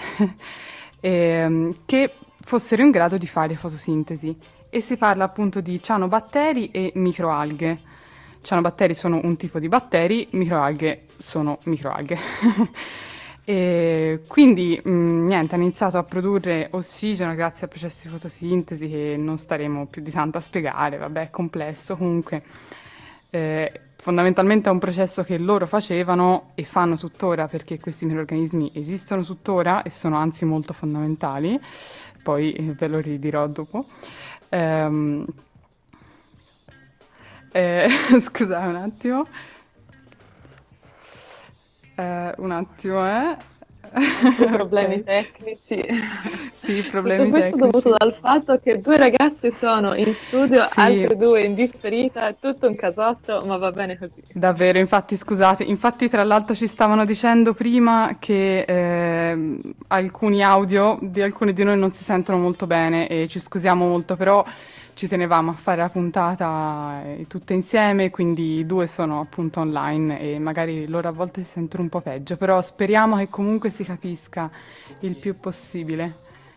ehm, che fossero in grado di fare fotosintesi. E si parla appunto di cianobatteri e microalghe. Cianobatteri sono un tipo di batteri, microalghe sono microalghe. E quindi mh, niente, hanno iniziato a produrre ossigeno grazie a processi di fotosintesi che non staremo più di tanto a spiegare, vabbè, è complesso comunque. Eh, fondamentalmente è un processo che loro facevano e fanno tuttora, perché questi microrganismi esistono tuttora e sono anzi molto fondamentali, poi eh, ve lo ridirò dopo. Ehm, eh, scusate un attimo. Eh, un attimo, eh. Problemi tecnici. Sì, problemi Tutto questo tecnici. dovuto dal fatto che due ragazzi sono in studio, Sì. altri due in differita, è tutto un casotto, ma va bene così. Davvero, infatti scusate, infatti tra l'altro ci stavano dicendo prima che ehm, alcuni audio di alcuni di noi non si sentono molto bene e ci scusiamo molto, però ci tenevamo a fare la puntata eh, tutte insieme, quindi due sono appunto online e magari loro a volte si sentono un po' peggio, però speriamo che comunque si capisca il più possibile.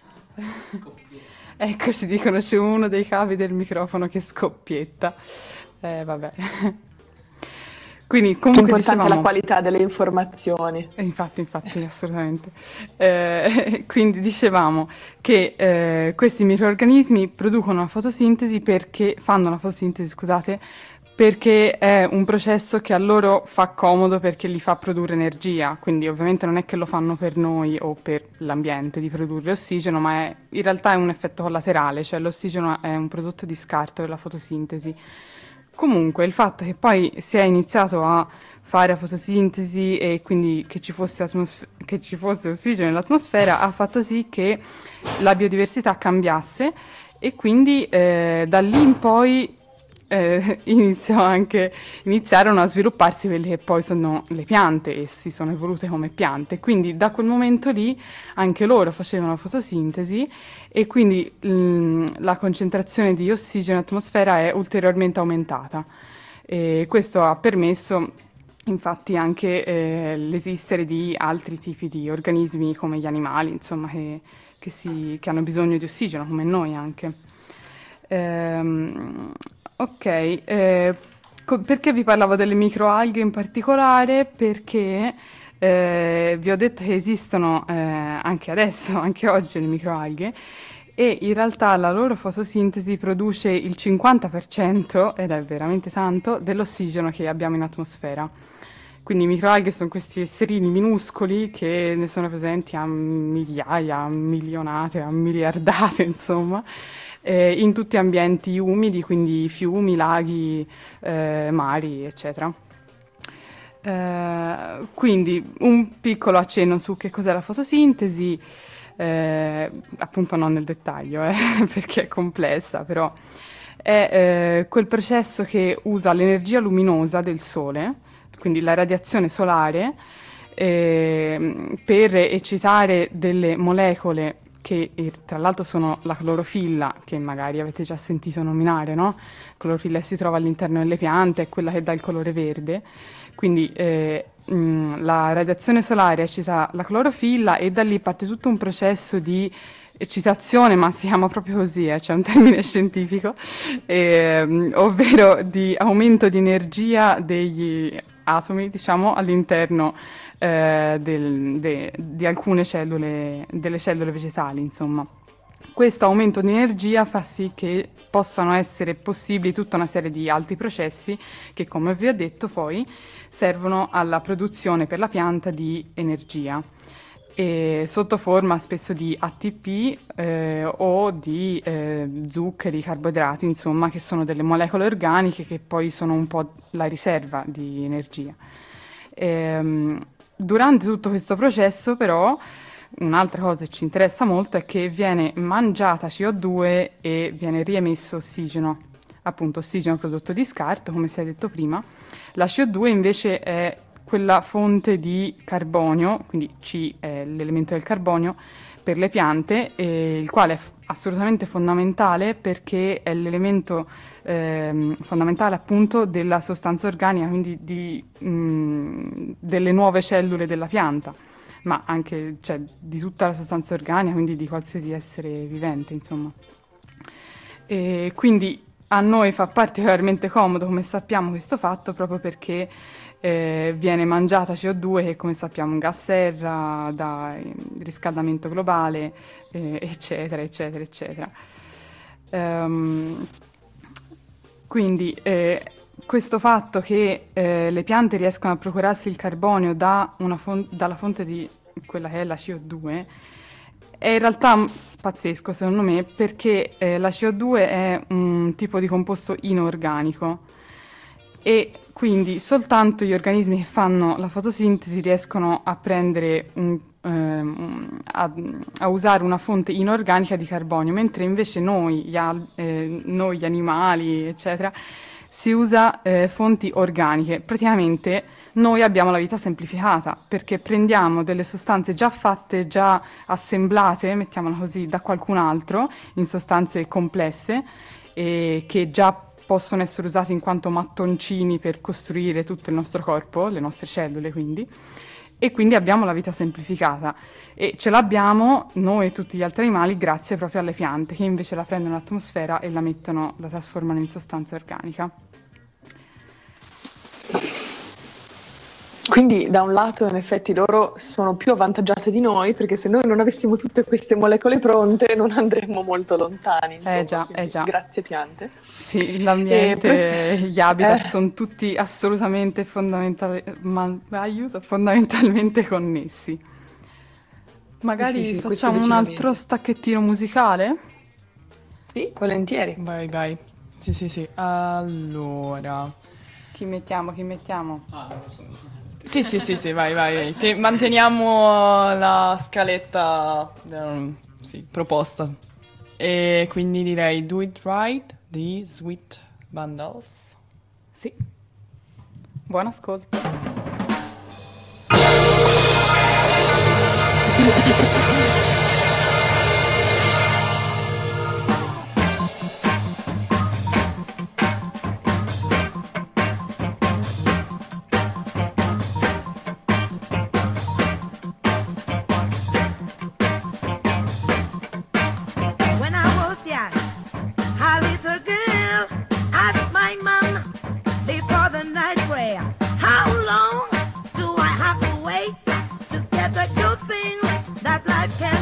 Ecco, ci dicono c'è uno dei cavi del microfono che scoppietta. Eh, vabbè. Quindi Che comunque importante dicevamo... la qualità delle informazioni. Eh, Infatti, infatti, assolutamente. Eh, quindi dicevamo che eh, questi microrganismi producono la fotosintesi perché fanno la fotosintesi, scusate, perché è un processo che a loro fa comodo perché li fa produrre energia, quindi ovviamente non è che lo fanno per noi o per l'ambiente di produrre ossigeno, ma è, in realtà è un effetto collaterale, cioè l'ossigeno è un prodotto di scarto della fotosintesi. Comunque il fatto che poi si è iniziato a fare la fotosintesi e quindi che ci fosse, atmosf- che ci fosse ossigeno nell'atmosfera ha fatto sì che la biodiversità cambiasse e quindi eh, da lì in poi eh, iniziò anche, iniziarono a svilupparsi quelle che poi sono le piante e si sono evolute come piante. Quindi da quel momento lì anche loro facevano fotosintesi e quindi mh, la concentrazione di ossigeno in atmosfera è ulteriormente aumentata. E questo ha permesso infatti anche eh, l'esistere di altri tipi di organismi come gli animali, insomma, che, che, si, che hanno bisogno di ossigeno, come noi anche. Ehm, ok, eh, co- perché vi parlavo delle microalghe in particolare? Perché eh, vi ho detto che esistono eh, anche adesso, anche oggi le microalghe, e in realtà la loro fotosintesi produce il cinquanta per cento, ed è veramente tanto, dell'ossigeno che abbiamo in atmosfera. Quindi i microalghe sono questi esserini minuscoli che ne sono presenti a migliaia, a milionate, a miliardate, insomma, eh, in tutti ambienti umidi, quindi fiumi, laghi, eh, mari, eccetera. Eh, quindi un piccolo accenno su che cos'è la fotosintesi. Eh, appunto non nel dettaglio, eh, perché è complessa, però è eh, quel processo che usa l'energia luminosa del Sole, quindi la radiazione solare, eh, per eccitare delle molecole che eh, tra l'altro sono la clorofilla, che magari avete già sentito nominare, no? La clorofilla si trova all'interno delle piante, è quella che dà il colore verde, quindi eh, mh, la radiazione solare eccita la clorofilla e da lì parte tutto un processo di eccitazione, ma si chiama proprio così, eh, c'è un termine scientifico, eh, ovvero di aumento di energia degli atomi, diciamo, all'interno eh, del, de, di alcune cellule, delle cellule vegetali, insomma. Questo aumento di energia fa sì che possano essere possibili tutta una serie di altri processi che, come vi ho detto, poi servono alla produzione per la pianta di energia, e sotto forma spesso di A T P eh, o di eh, zuccheri, carboidrati, insomma, che sono delle molecole organiche che poi sono un po' la riserva di energia. Ehm, durante tutto questo processo, però, un'altra cosa che ci interessa molto è che viene mangiata C O due e viene riemesso ossigeno, appunto ossigeno prodotto di scarto, come si è detto prima. La C O due invece è quella fonte di carbonio, quindi C è l'elemento del carbonio, per le piante, eh, il quale è f- assolutamente fondamentale perché è l'elemento ehm, fondamentale appunto della sostanza organica, quindi di, mh, delle nuove cellule della pianta, ma anche cioè, di tutta la sostanza organica, quindi di qualsiasi essere vivente, insomma. E quindi a noi fa particolarmente comodo, come sappiamo, questo fatto proprio perché eh, viene mangiata C O due, che come sappiamo è un gas serra da eh, riscaldamento globale, eh, eccetera, eccetera, eccetera. Um, quindi eh, questo fatto che eh, le piante riescono a procurarsi il carbonio da una fon- dalla fonte di quella che è la C O due è in realtà pazzesco secondo me, perché eh, la C O due è un tipo di composto inorganico e quindi soltanto gli organismi che fanno la fotosintesi riescono a prendere un, ehm, a, a usare una fonte inorganica di carbonio, mentre invece noi gli, al- eh, noi, gli animali, eccetera, si usa eh, fonti organiche. Praticamente noi abbiamo la vita semplificata perché prendiamo delle sostanze già fatte, già assemblate, mettiamola così, da qualcun altro, in sostanze complesse, e che già possono essere usati in quanto mattoncini per costruire tutto il nostro corpo, le nostre cellule quindi, e quindi abbiamo la vita semplificata e ce l'abbiamo noi e tutti gli altri animali grazie proprio alle piante che invece la prendono dall'atmosfera e la mettono, la trasformano in sostanza organica. Quindi da un lato in effetti loro sono più avvantaggiate di noi, perché se noi non avessimo tutte queste molecole pronte non andremmo molto lontani, insomma. Eh già, eh già. Grazie piante. Sì, l'ambiente, Eh, però- gli habitat eh. sono tutti assolutamente fondamentali, ma, aiuto, fondamentalmente connessi. Magari Sì, sì, questo facciamo un decisamente. altro stacchettino musicale? Sì, volentieri. Vai, vai. Sì, sì, sì. Allora... Chi mettiamo, chi mettiamo? Sì, sì, sì, sì, vai, vai. Te- manteniamo la scaletta ehm, sì, proposta. E quindi direi Do It Right di Sweet Bundles. Sì. Buon ascolto. When I was young, a little girl asked my mom before the night prayer, how long do I have to wait to get the good things that life can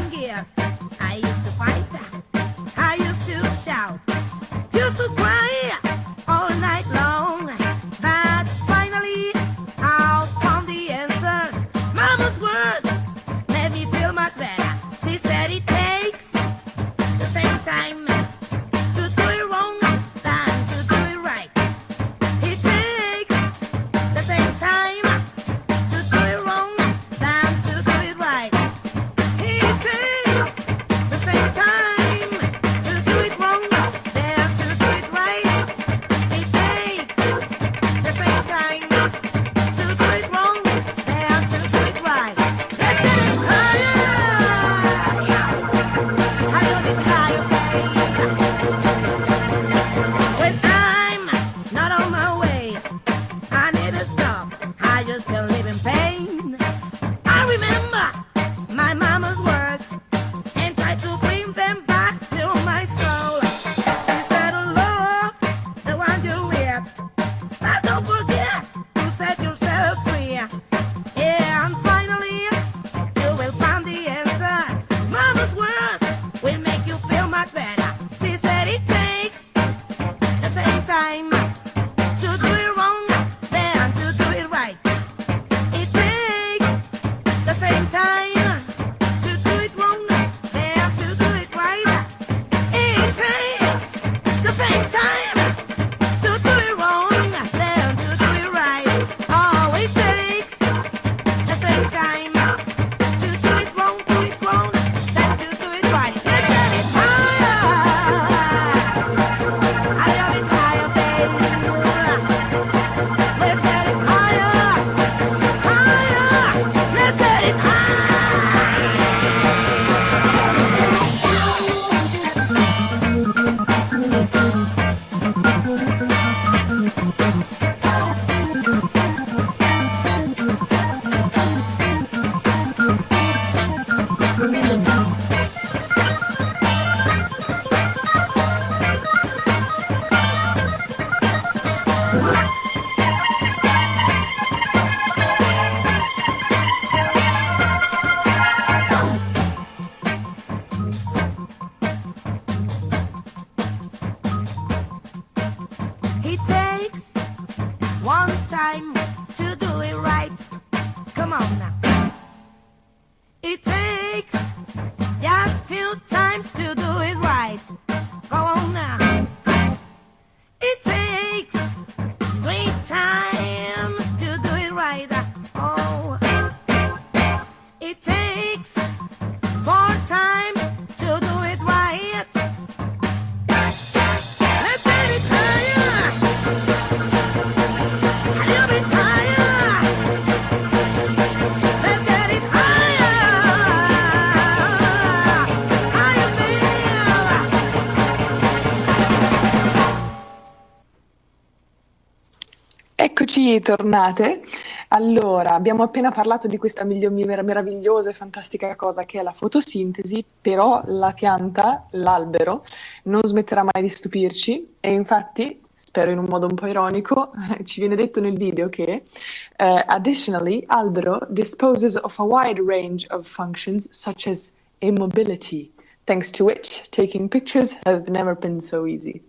Eccoci tornate. Allora, abbiamo appena parlato di questa miglio- mer- meravigliosa e fantastica cosa che è la fotosintesi, però la pianta, l'albero, non smetterà mai di stupirci e infatti, spero in un modo un po' ironico, ci viene detto nel video che eh, additionally, albero disposes of a wide range of functions such as immobility, thanks to which taking pictures have never been so easy.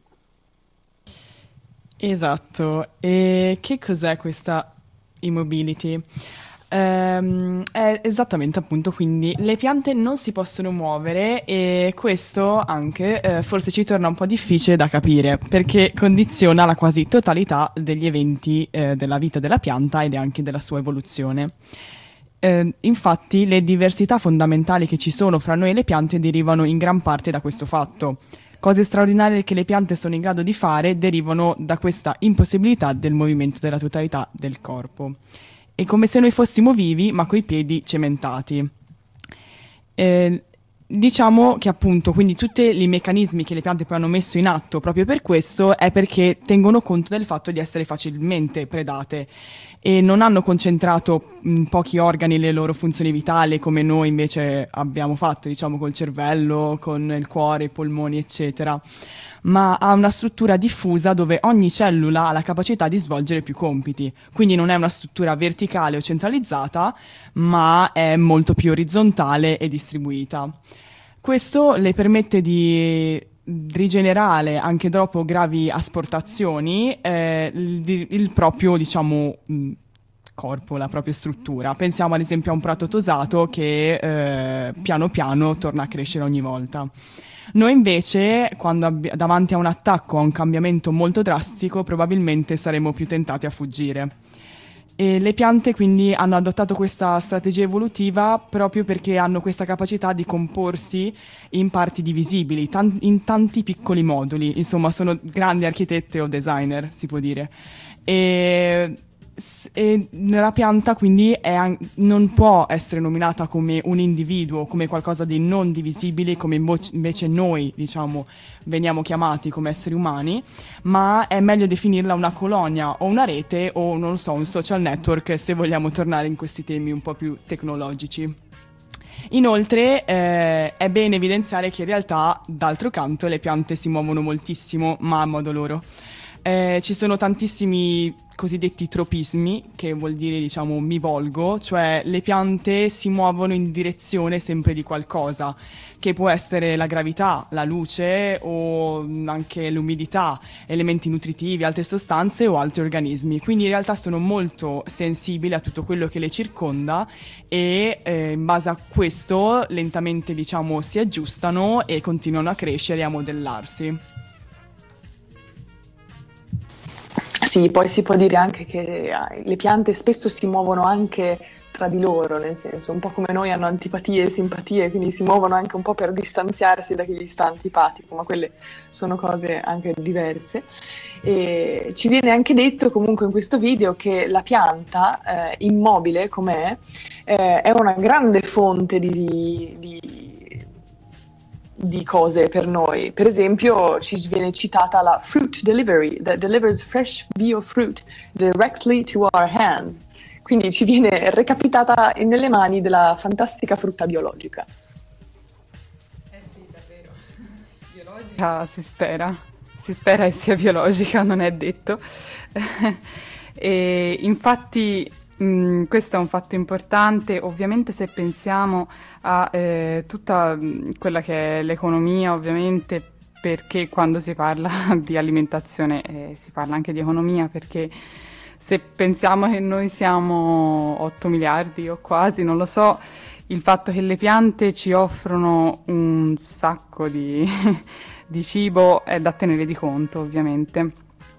Esatto, e che cos'è questa immobility? Ehm, è esattamente appunto quindi le piante non si possono muovere e questo anche eh, forse ci torna un po' difficile da capire perché condiziona la quasi totalità degli eventi eh, della vita della pianta ed anche della sua evoluzione. Eh, infatti le diversità fondamentali che ci sono fra noi e le piante derivano in gran parte da questo fatto. Cose straordinarie che le piante sono in grado di fare derivano da questa impossibilità del movimento della totalità del corpo. È come se noi fossimo vivi ma coi piedi cementati. Eh, diciamo che appunto quindi tutti i meccanismi che le piante poi hanno messo in atto proprio per questo è perché tengono conto del fatto di essere facilmente predate e non hanno concentrato in pochi organi le loro funzioni vitali come noi invece abbiamo fatto, diciamo col cervello, con il cuore, i polmoni eccetera, ma ha una struttura diffusa dove ogni cellula ha la capacità di svolgere più compiti, quindi non è una struttura verticale o centralizzata, ma è molto più orizzontale e distribuita. Questo le permette di rigenerare anche dopo gravi asportazioni eh, il, il proprio, diciamo, mh, corpo, la propria struttura. Pensiamo ad esempio a un prato tosato che eh, piano piano torna a crescere ogni volta. Noi invece, quando abbi- davanti a un attacco, a un cambiamento molto drastico, probabilmente saremo più tentati a fuggire. E le piante quindi hanno adottato questa strategia evolutiva proprio perché hanno questa capacità di comporsi in parti divisibili, tan- in tanti piccoli moduli, insomma sono grandi architette o designer, si può dire. E, e la pianta quindi è an- non può essere nominata come un individuo, come qualcosa di non divisibile, come invece noi, diciamo, veniamo chiamati come esseri umani, ma è meglio definirla una colonia o una rete o, non lo so, un social network se vogliamo tornare in questi temi un po' più tecnologici. Inoltre eh, è bene evidenziare che in realtà, d'altro canto, le piante si muovono moltissimo, ma a modo loro. Eh, ci sono tantissimi cosiddetti tropismi, che vuol dire, diciamo, mi volgo, cioè le piante si muovono in direzione sempre di qualcosa, che può essere la gravità, la luce o anche l'umidità, elementi nutritivi, altre sostanze o altri organismi. Quindi in realtà sono molto sensibili a tutto quello che le circonda e eh, in base a questo lentamente, diciamo, si aggiustano e continuano a crescere e a modellarsi. Sì, poi si può dire anche che eh, le piante spesso si muovono anche tra di loro, nel senso, un po' come noi hanno antipatie e simpatie, quindi si muovono anche un po' per distanziarsi da chi gli sta antipatico, ma quelle sono cose anche diverse. E ci viene anche detto comunque in questo video che la pianta, eh, immobile com'è, eh, è una grande fonte di, di di cose per noi. Per esempio ci viene citata la fruit delivery that delivers fresh bio fruit directly to our hands. Quindi ci viene recapitata nelle mani della fantastica frutta biologica. Eh sì, davvero. Biologica si spera. Si spera che sia biologica, non è detto. E infatti mh, questo è un fatto importante, ovviamente se pensiamo a eh, tutta mh, quella che è l'economia, ovviamente, perché quando si parla di alimentazione eh, si parla anche di economia, perché se pensiamo che noi siamo otto miliardi o quasi, non lo so, il fatto che le piante ci offrono un sacco di, di cibo è da tenere di conto, ovviamente.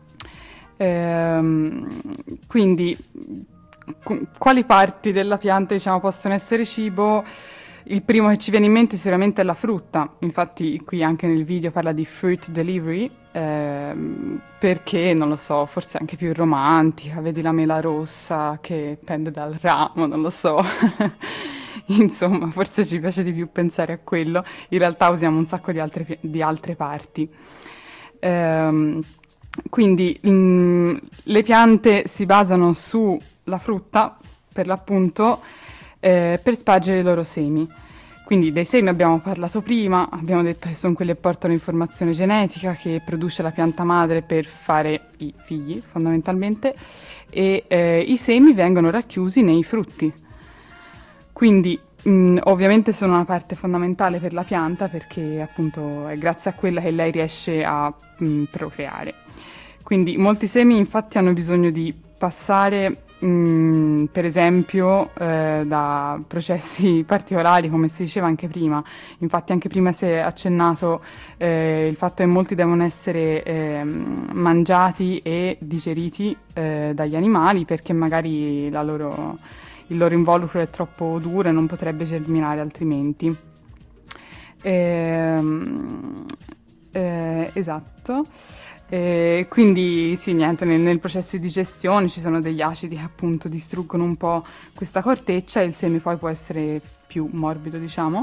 Ehm, quindi qu- quali parti della pianta, diciamo, possono essere cibo? Il primo che ci viene in mente sicuramente è la frutta, infatti qui anche nel video parla di fruit delivery, ehm, perché, non lo so, forse anche più romantica, vedi la mela rossa che pende dal ramo, non lo so, insomma forse ci piace di più pensare a quello, in realtà usiamo un sacco di altre, di altre parti. Ehm, quindi mh, le piante si basano sulla frutta, per l'appunto, eh, per spargere i loro semi. Quindi dei semi abbiamo parlato prima, abbiamo detto che sono quelli che portano informazione genetica che produce la pianta madre per fare i figli, fondamentalmente, e eh, i semi vengono racchiusi nei frutti. Quindi mh, ovviamente sono una parte fondamentale per la pianta perché appunto è grazie a quella che lei riesce a mh, procreare. Quindi molti semi infatti hanno bisogno di passare Mm, per esempio eh, da processi particolari, come si diceva anche prima. Infatti anche prima si è accennato eh, il fatto che molti devono essere eh, mangiati e digeriti eh, dagli animali perché magari la loro, il loro involucro è troppo duro e non potrebbe germinare altrimenti. Ehm, eh, esatto. Eh, quindi sì, niente, nel, nel processo di digestione ci sono degli acidi che appunto distruggono un po' questa corteccia e il seme poi può essere più morbido, diciamo,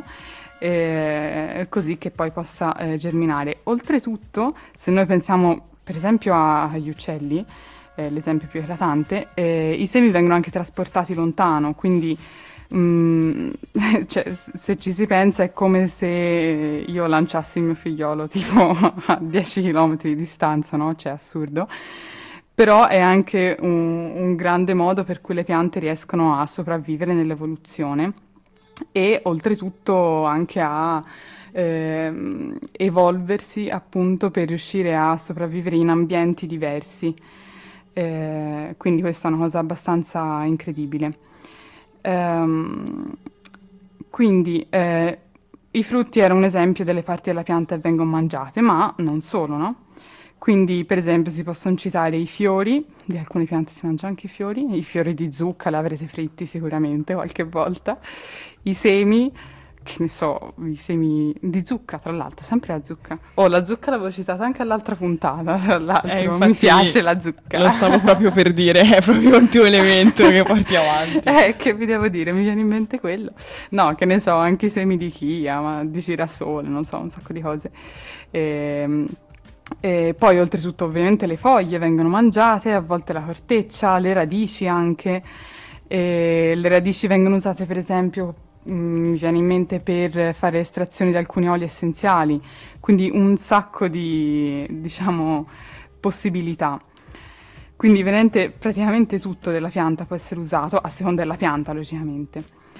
eh, così che poi possa eh, germinare. Oltretutto, se noi pensiamo per esempio a, agli uccelli, eh, l'esempio più eclatante, eh, i semi vengono anche trasportati lontano, quindi Mm, cioè, se ci si pensa è come se io lanciassi il mio figliolo tipo a dieci chilometri di distanza, no? Cioè, assurdo. Però è anche un, un grande modo per cui le piante riescono a sopravvivere nell'evoluzione e oltretutto anche a ehm, evolversi appunto per riuscire a sopravvivere in ambienti diversi. Eh, quindi questa è una cosa abbastanza incredibile. Um, quindi eh, i frutti erano un esempio delle parti della pianta che vengono mangiate, ma non solo, no? Quindi per esempio si possono citare i fiori, di alcune piante si mangiano anche i fiori, i fiori di zucca, l'avrete fritti sicuramente qualche volta, i semi, che ne so, i semi di zucca, tra l'altro, sempre la zucca. Oh, la zucca l'avevo citata anche all'altra puntata, tra l'altro, eh, mi piace la zucca. Lo stavo proprio per dire, è proprio un tuo elemento che porti avanti. Eh, che vi devo dire, mi viene in mente quello. No, che ne so, anche i semi di chia, ma di girasole, non so, un sacco di cose. E, e poi oltretutto ovviamente le foglie vengono mangiate, a volte la corteccia, le radici anche. E le radici vengono usate per esempio mi viene in mente per fare estrazioni di alcuni oli essenziali, quindi un sacco di, diciamo, possibilità. Quindi veramente praticamente tutto della pianta può essere usato, a seconda della pianta logicamente.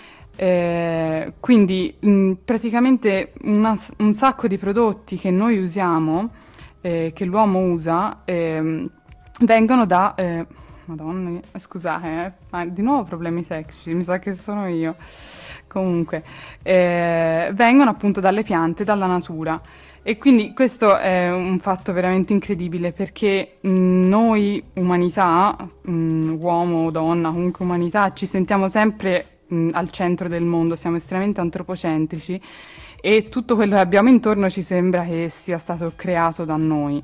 Eh, quindi mh, praticamente una, un sacco di prodotti che noi usiamo, eh, che l'uomo usa, eh, vengono da... Eh, Madonna, scusate, eh, ah, di nuovo problemi tecnici, mi sa che sono io. Comunque, eh, vengono appunto dalle piante, dalla natura. E quindi questo è un fatto veramente incredibile perché mh, noi umanità, mh, uomo, donna, comunque umanità, ci sentiamo sempre mh, al centro del mondo, siamo estremamente antropocentrici e tutto quello che abbiamo intorno ci sembra che sia stato creato da noi.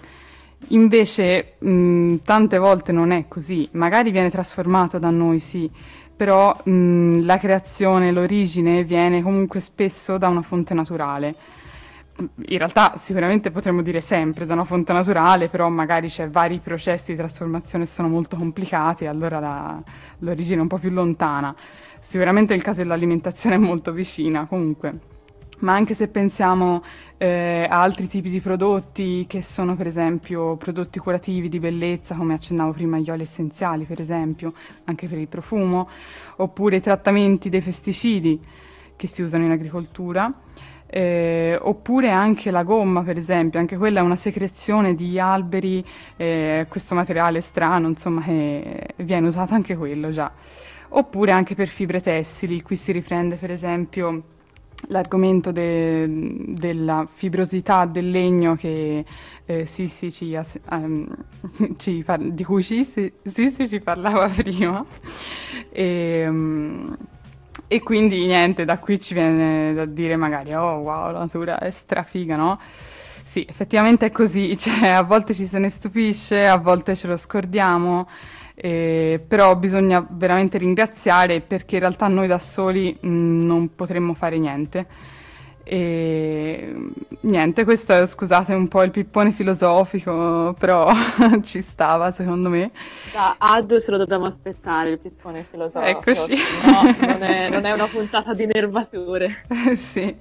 Invece mh, tante volte non è così, magari viene trasformato da noi, sì, però mh, la creazione, l'origine viene comunque spesso da una fonte naturale. In realtà sicuramente potremmo dire sempre da una fonte naturale, però magari c'è vari processi di trasformazione che sono molto complicati, allora la, l'origine è un po' più lontana. Sicuramente nel caso dell'alimentazione è molto vicina, comunque. Ma anche se pensiamo eh, a altri tipi di prodotti che sono per esempio prodotti curativi di bellezza, come accennavo prima gli oli essenziali per esempio, anche per il profumo, oppure i trattamenti dei pesticidi che si usano in agricoltura, eh, oppure anche la gomma per esempio, anche quella è una secrezione di alberi, eh, questo materiale strano insomma che viene usato anche quello già, oppure anche per fibre tessili, qui si riprende per esempio l'argomento de, della fibrosità del legno che eh, Sissi ci, um, ci par- di cui Sissi, Sissi ci parlava prima e, um, e quindi niente, da qui ci viene da dire magari oh wow, la natura è strafiga, no? Sì, effettivamente è così, cioè a volte ci se ne stupisce, a volte ce lo scordiamo. Eh, però bisogna veramente ringraziare perché in realtà noi da soli mh, non potremmo fare niente E niente, questo è, scusate, un po' il pippone filosofico, però ci stava secondo me. Da Aldo ce lo dobbiamo aspettare il pippone filosofico. Eccoci. No, non è, non è una puntata di nervature. Sì.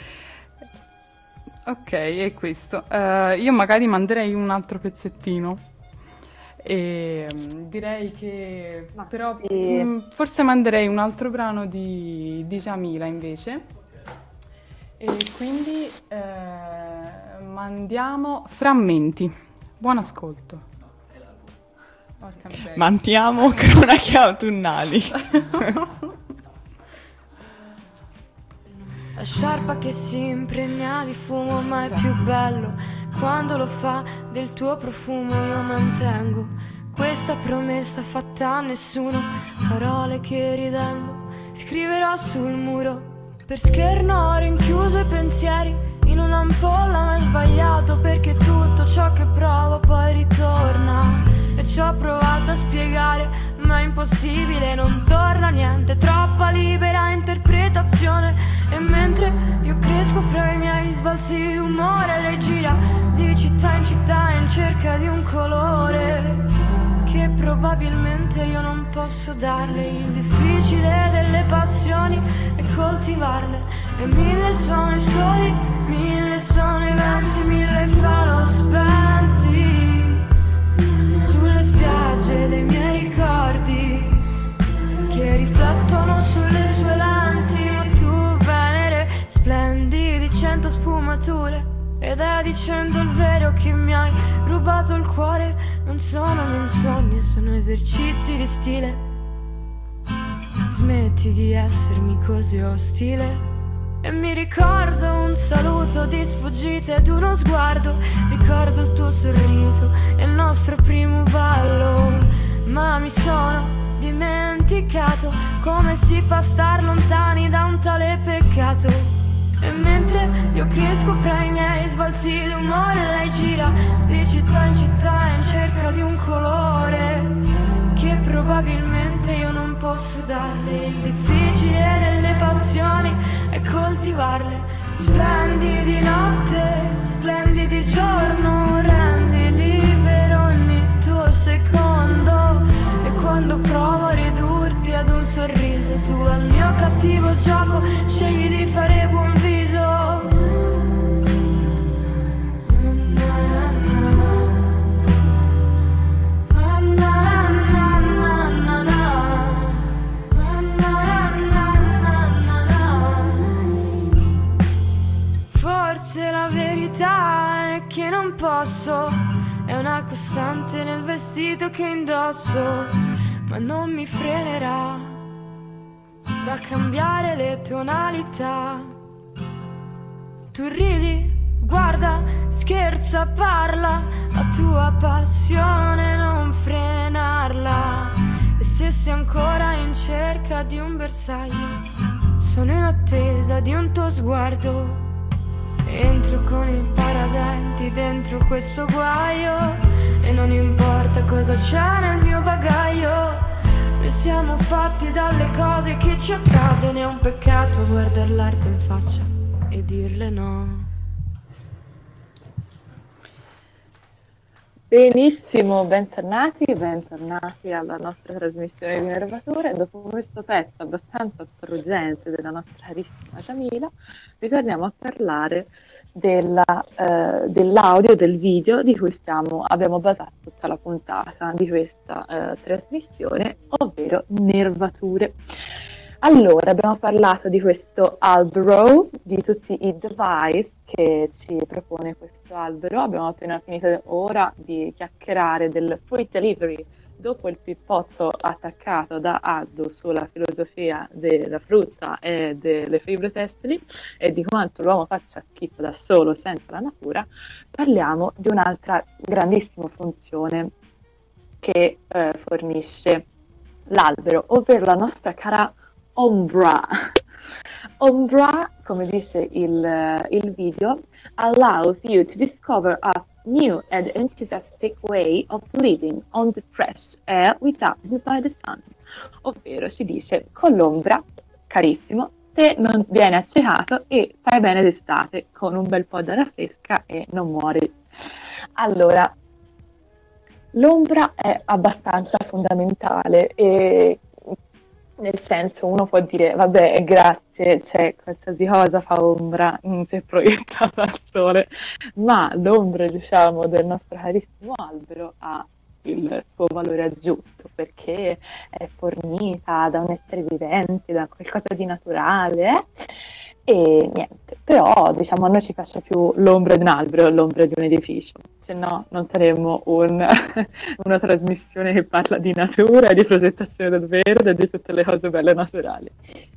Ok, è questo. Eh, io magari manderei un altro pezzettino. E mm, direi che Ma però sì. mm, forse manderei un altro brano di, di Jamila invece. E quindi eh, mandiamo Frammenti. Buon ascolto. Porca miseria. Mandiamo cronache autunnali. La sciarpa che si impregna di fumo, ma è più bello quando lo fa del tuo profumo. Io mantengo questa promessa fatta a nessuno, parole che ridendo scriverò sul muro. Per scherno ho rinchiuso i pensieri in un'ampolla, ma è sbagliato perché tutto ciò che provo poi ritorna. E ci ho provato a spiegare, ma è impossibile, non torna niente, troppa libera interpretazione. E mentre io cresco fra i miei sbalzi di umore, lei gira di città in città in cerca di un colore che probabilmente io non posso darle. Il difficile delle passioni è coltivarle. E mille sono i soli, mille sono i venti, mille fanno spenti sulle spiagge dei miei ricordi che riflettono sulle sue lenti. Ma tu, Venere, splendi di cento sfumature, ed è dicendo il vero che mi hai rubato il cuore. Non sono menzogne, sono esercizi di stile. Smetti di essermi così ostile. E mi ricordo un saluto di sfuggita ed uno sguardo. Ricordo il tuo sorriso e il nostro primo ballo. Ma mi sono dimenticato come si fa a star lontani da un tale peccato. E mentre io cresco fra i miei sbalzi d'umore, lei gira di città in città in cerca di un colore che probabilmente io non posso darle. Il difficile delle passioni è coltivarle. Splendi di notte, splendi di giorno, rendi libero ogni tuo secondo. E quando provo a ridurti ad un sorriso, tu al mio cattivo gioco scegli di fare buon viso. Forse la verità è che non posso, è una costante nel vestito che indosso, ma non mi frenerà da cambiare le tonalità. Tu ridi, guarda, scherza, parla, la tua passione non frenarla. E se sei ancora in cerca di un bersaglio, sono in attesa di un tuo sguardo. Entro con i paradenti dentro questo guaio, e non importa cosa c'è nel mio bagaglio. Noi siamo fatti dalle cose che ci accadono. È un peccato guardare l'arte in faccia e dirle no. Benissimo, bentornati, bentornati alla nostra trasmissione di Nervature. Dopo questo pezzo abbastanza struggente della nostra carissima Jamila, ritorniamo a parlare della, eh, dell'audio, del video di cui stiamo, abbiamo basato tutta la puntata di questa eh, trasmissione, ovvero Nervature. Allora, abbiamo parlato di questo albero, di tutti i device che ci propone questo albero. Abbiamo appena finito ora di chiacchierare del fruit delivery dopo il pippozzo attaccato da Aldo sulla filosofia della frutta e delle fibre tessili e di quanto l'uomo faccia schifo da solo senza la natura. Parliamo di un'altra grandissima funzione che eh, fornisce l'albero, ovvero la nostra cara ombra. Ombra, come dice il, il video, allows you to discover a new and enthusiastic way of living on the fresh air without by the sun. Ovvero si dice, con l'ombra, carissimo, notte non viene accecato e fai bene d'estate con un bel po' d'aria fresca e non muori. Allora, l'ombra è abbastanza fondamentale e nel senso uno può dire vabbè grazie, cioè qualsiasi cosa fa ombra mm, se proiettata al sole, ma l'ombra diciamo del nostro carissimo albero ha il suo valore aggiunto perché è fornita da un essere vivente, da qualcosa di naturale eh? E niente, però diciamo a noi ci piace più l'ombra di un albero o l'ombra di un edificio, se no non saremmo un, una trasmissione che parla di natura, di progettazione del verde e di tutte le cose belle naturali.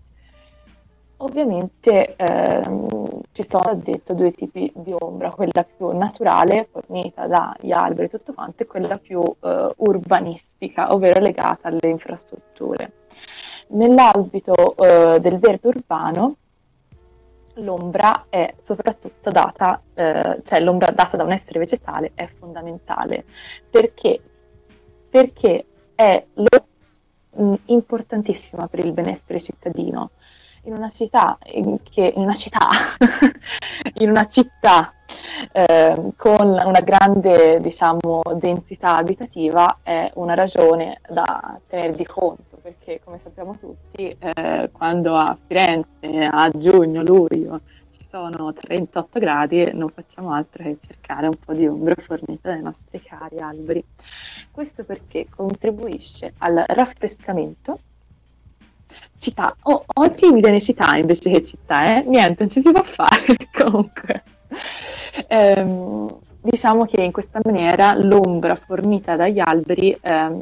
Ovviamente ehm, ci sono, ho detto, due tipi di ombra, quella più naturale, fornita dagli alberi e tutto quanto, e quella più eh, urbanistica, ovvero legata alle infrastrutture. Nell'ambito eh, del verde urbano, l'ombra è soprattutto data, eh, cioè l'ombra data da un essere vegetale è fondamentale. Perché? Perché è lo, mh, importantissima per il benessere cittadino. In una città, in, che, in una città, in una città eh, con una grande, diciamo, densità abitativa è una ragione da tenere di conto, perché come sappiamo tutti, eh, quando a Firenze a giugno, luglio ci sono trentotto gradi, non facciamo altro che cercare un po' di ombra fornita dai nostri cari alberi. Questo perché contribuisce al raffrescamento. Città, oh, oggi mi viene città invece che città, eh? Niente, non ci si può fare comunque. Ehm, diciamo che in questa maniera l'ombra fornita dagli alberi ehm,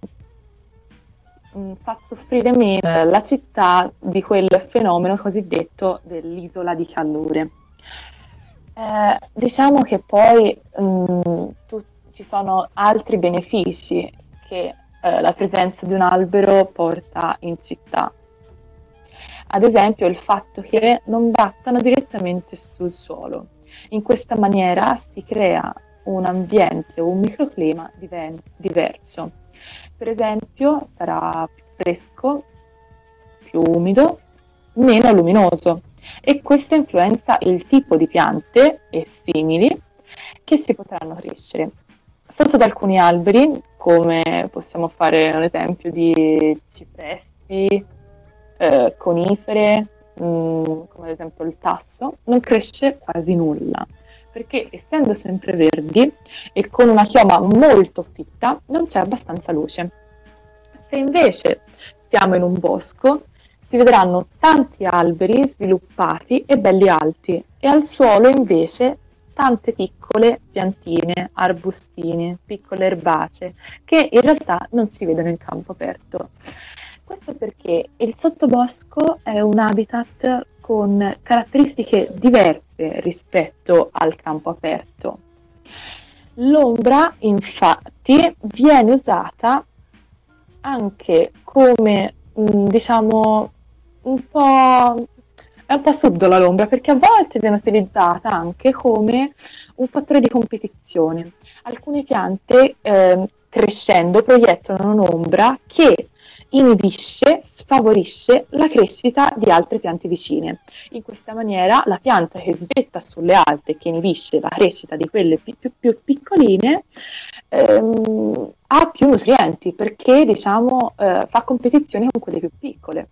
fa soffrire meno la città di quel fenomeno cosiddetto dell'isola di calore. Eh, diciamo che poi mh, tu, ci sono altri benefici che eh, la presenza di un albero porta in città. Ad esempio il fatto che non battano direttamente sul suolo. In questa maniera si crea un ambiente o un microclima diven- diverso. Per esempio sarà più fresco, più umido, meno luminoso e questo influenza il tipo di piante e simili che si potranno crescere. Sotto ad alcuni alberi, come possiamo fare un esempio di cipressi, Eh, conifere, mh, come ad esempio il tasso, non cresce quasi nulla, perché essendo sempre verdi e con una chioma molto fitta non c'è abbastanza luce. Se invece siamo in un bosco, si vedranno tanti alberi sviluppati e belli alti e al suolo invece tante piccole piantine, arbustine, piccole erbacee, che in realtà non si vedono in campo aperto. Questo perché il sottobosco è un habitat con caratteristiche diverse rispetto al campo aperto. L'ombra, infatti, viene usata anche come, diciamo, un po'... è un po' subdola l'ombra, perché a volte viene utilizzata anche come un fattore di competizione. Alcune piante, eh, crescendo, proiettano un'ombra che inibisce, sfavorisce la crescita di altre piante vicine. In questa maniera la pianta che svetta sulle altre e che inibisce la crescita di quelle più, più, più piccoline ehm, ha più nutrienti perché diciamo eh, fa competizione con quelle più piccole.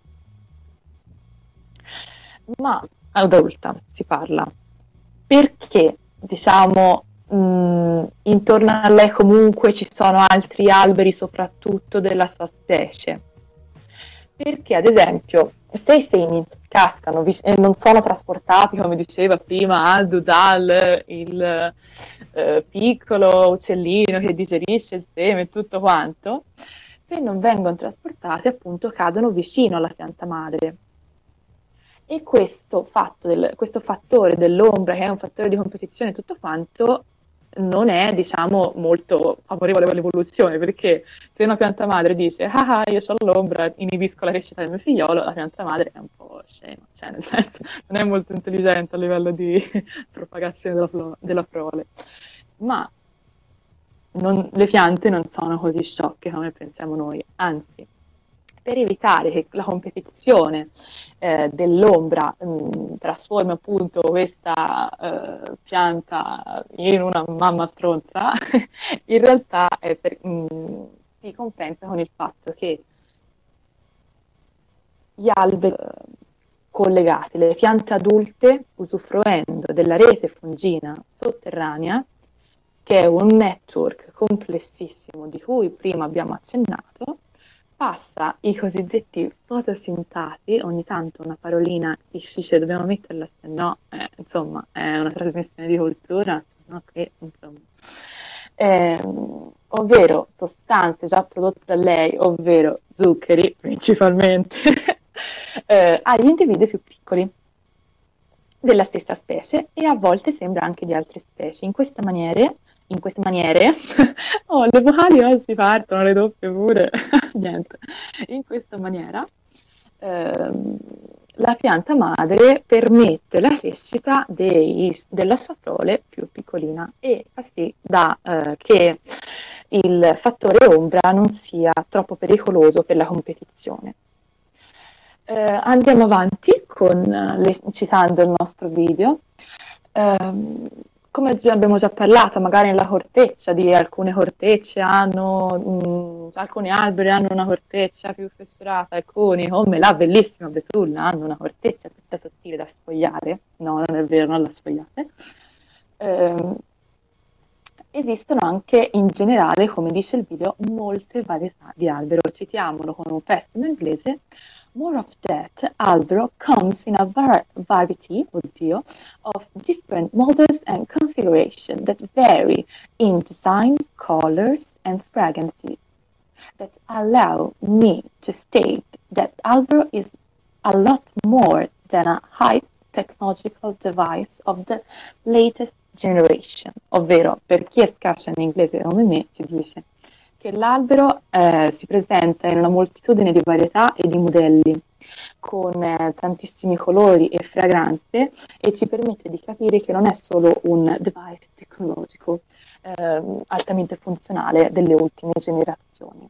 Ma ad adulta si parla perché diciamo mh, intorno a lei comunque ci sono altri alberi soprattutto della sua specie, perché ad esempio se i semi cascano e non sono trasportati come diceva prima Aldo dal il eh, piccolo uccellino che digerisce il seme e tutto quanto, se non vengono trasportati appunto cadono vicino alla pianta madre. E questo, fatto del, questo fattore dell'ombra, che è un fattore di competizione e tutto quanto, non è, diciamo, molto favorevole all'evoluzione, perché se una pianta madre dice ah, ah io ho l'ombra, inibisco la crescita del mio figliolo, la pianta madre è un po' scema, cioè nel senso non è molto intelligente a livello di propagazione della, flo- della prole. Ma non, le piante non sono così sciocche come pensiamo noi, anzi, per evitare che la competizione eh, dell'ombra mh, trasformi appunto questa eh, pianta in una mamma stronza, in realtà è per, mh, si compensa con il fatto che gli alberi collegati, le piante adulte, usufruendo della rete fungina sotterranea, che è un network complessissimo di cui prima abbiamo accennato, passa i cosiddetti fotosintati, ogni tanto una parolina difficile, dobbiamo metterla, se no, eh, insomma, è una trasmissione di cultura, no? Che, insomma, eh, ovvero sostanze già prodotte da lei, ovvero zuccheri principalmente, eh, agli individui più piccoli della stessa specie e a volte sembra anche di altre specie. In questa maniera, in queste maniere, oh, le vocali oggi partono, le doppie pure, niente, in questa maniera ehm, la pianta madre permette la crescita dei, della sua prole più piccolina e fa sì da, eh, che il fattore ombra non sia troppo pericoloso per la competizione. Eh, andiamo avanti con, le, citando il nostro video. Um, come abbiamo già parlato, magari nella corteccia di alcune cortecce hanno, mh, alcuni alberi hanno una corteccia più fessurata, alcuni, come la bellissima betulla, hanno una corteccia tutta sottile da sfogliare. No, non è vero, non la sfogliate. Um, esistono anche in generale, come dice il video, molte varietà di albero. Citiamolo con un pessimo inglese. More of that albero comes in a var- variety oddio, of different models and configurations that vary in design, colors, and fragrances that allow me to state that albero is a lot more than a high technological device of the latest generation. Ovvero, per chi è scarso in inglese come me, si dice che l'albero eh, si presenta in una moltitudine di varietà e di modelli, con eh, tantissimi colori e fragranze, e ci permette di capire che non è solo un device tecnologico eh, altamente funzionale delle ultime generazioni.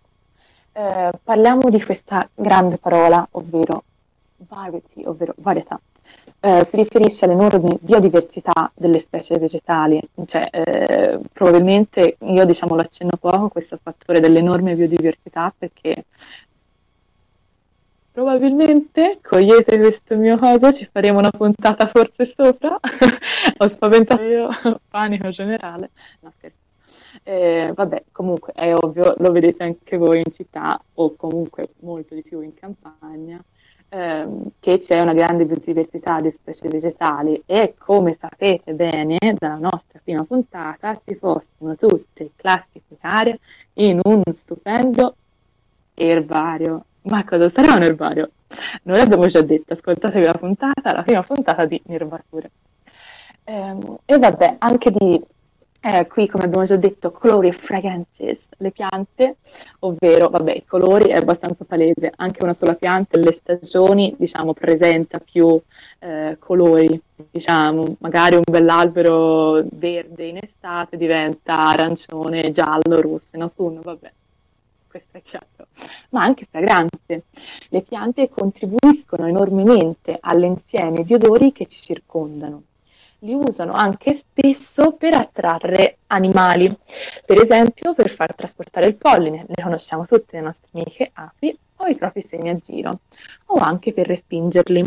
Eh, parliamo di questa grande parola, ovvero variety, ovvero varietà. Eh, si riferisce all'enorme biodiversità delle specie vegetali, cioè eh, probabilmente, io diciamo lo accenno poco questo fattore dell'enorme biodiversità, perché probabilmente, cogliete questo mio coso, ci faremo una puntata forse sopra, ho spaventato io, panico generale, no scherzo. Eh, vabbè, comunque è ovvio, lo vedete anche voi in città o comunque molto di più in campagna, che c'è una grande biodiversità di specie vegetali e, come sapete bene dalla nostra prima puntata, si possono tutte classificare in un stupendo erbario. Ma cosa sarà un erbario? Noi l'abbiamo già detto, ascoltatevi la puntata, la prima puntata di Nervature. Ehm, e vabbè, anche di Eh, qui, come abbiamo già detto, colori e fragrances, le piante, ovvero, vabbè, i colori è abbastanza palese, anche una sola pianta, le stagioni, diciamo, presenta più eh, colori, diciamo, magari un bell'albero verde in estate diventa arancione, giallo, rosso in autunno, vabbè, questo è chiaro, ma anche fragranze. Le piante contribuiscono enormemente all'insieme di odori che ci circondano. Li usano anche spesso per attrarre animali, per esempio per far trasportare il polline, le conosciamo tutte le nostre amiche api, o i propri semi a giro, o anche per respingerli.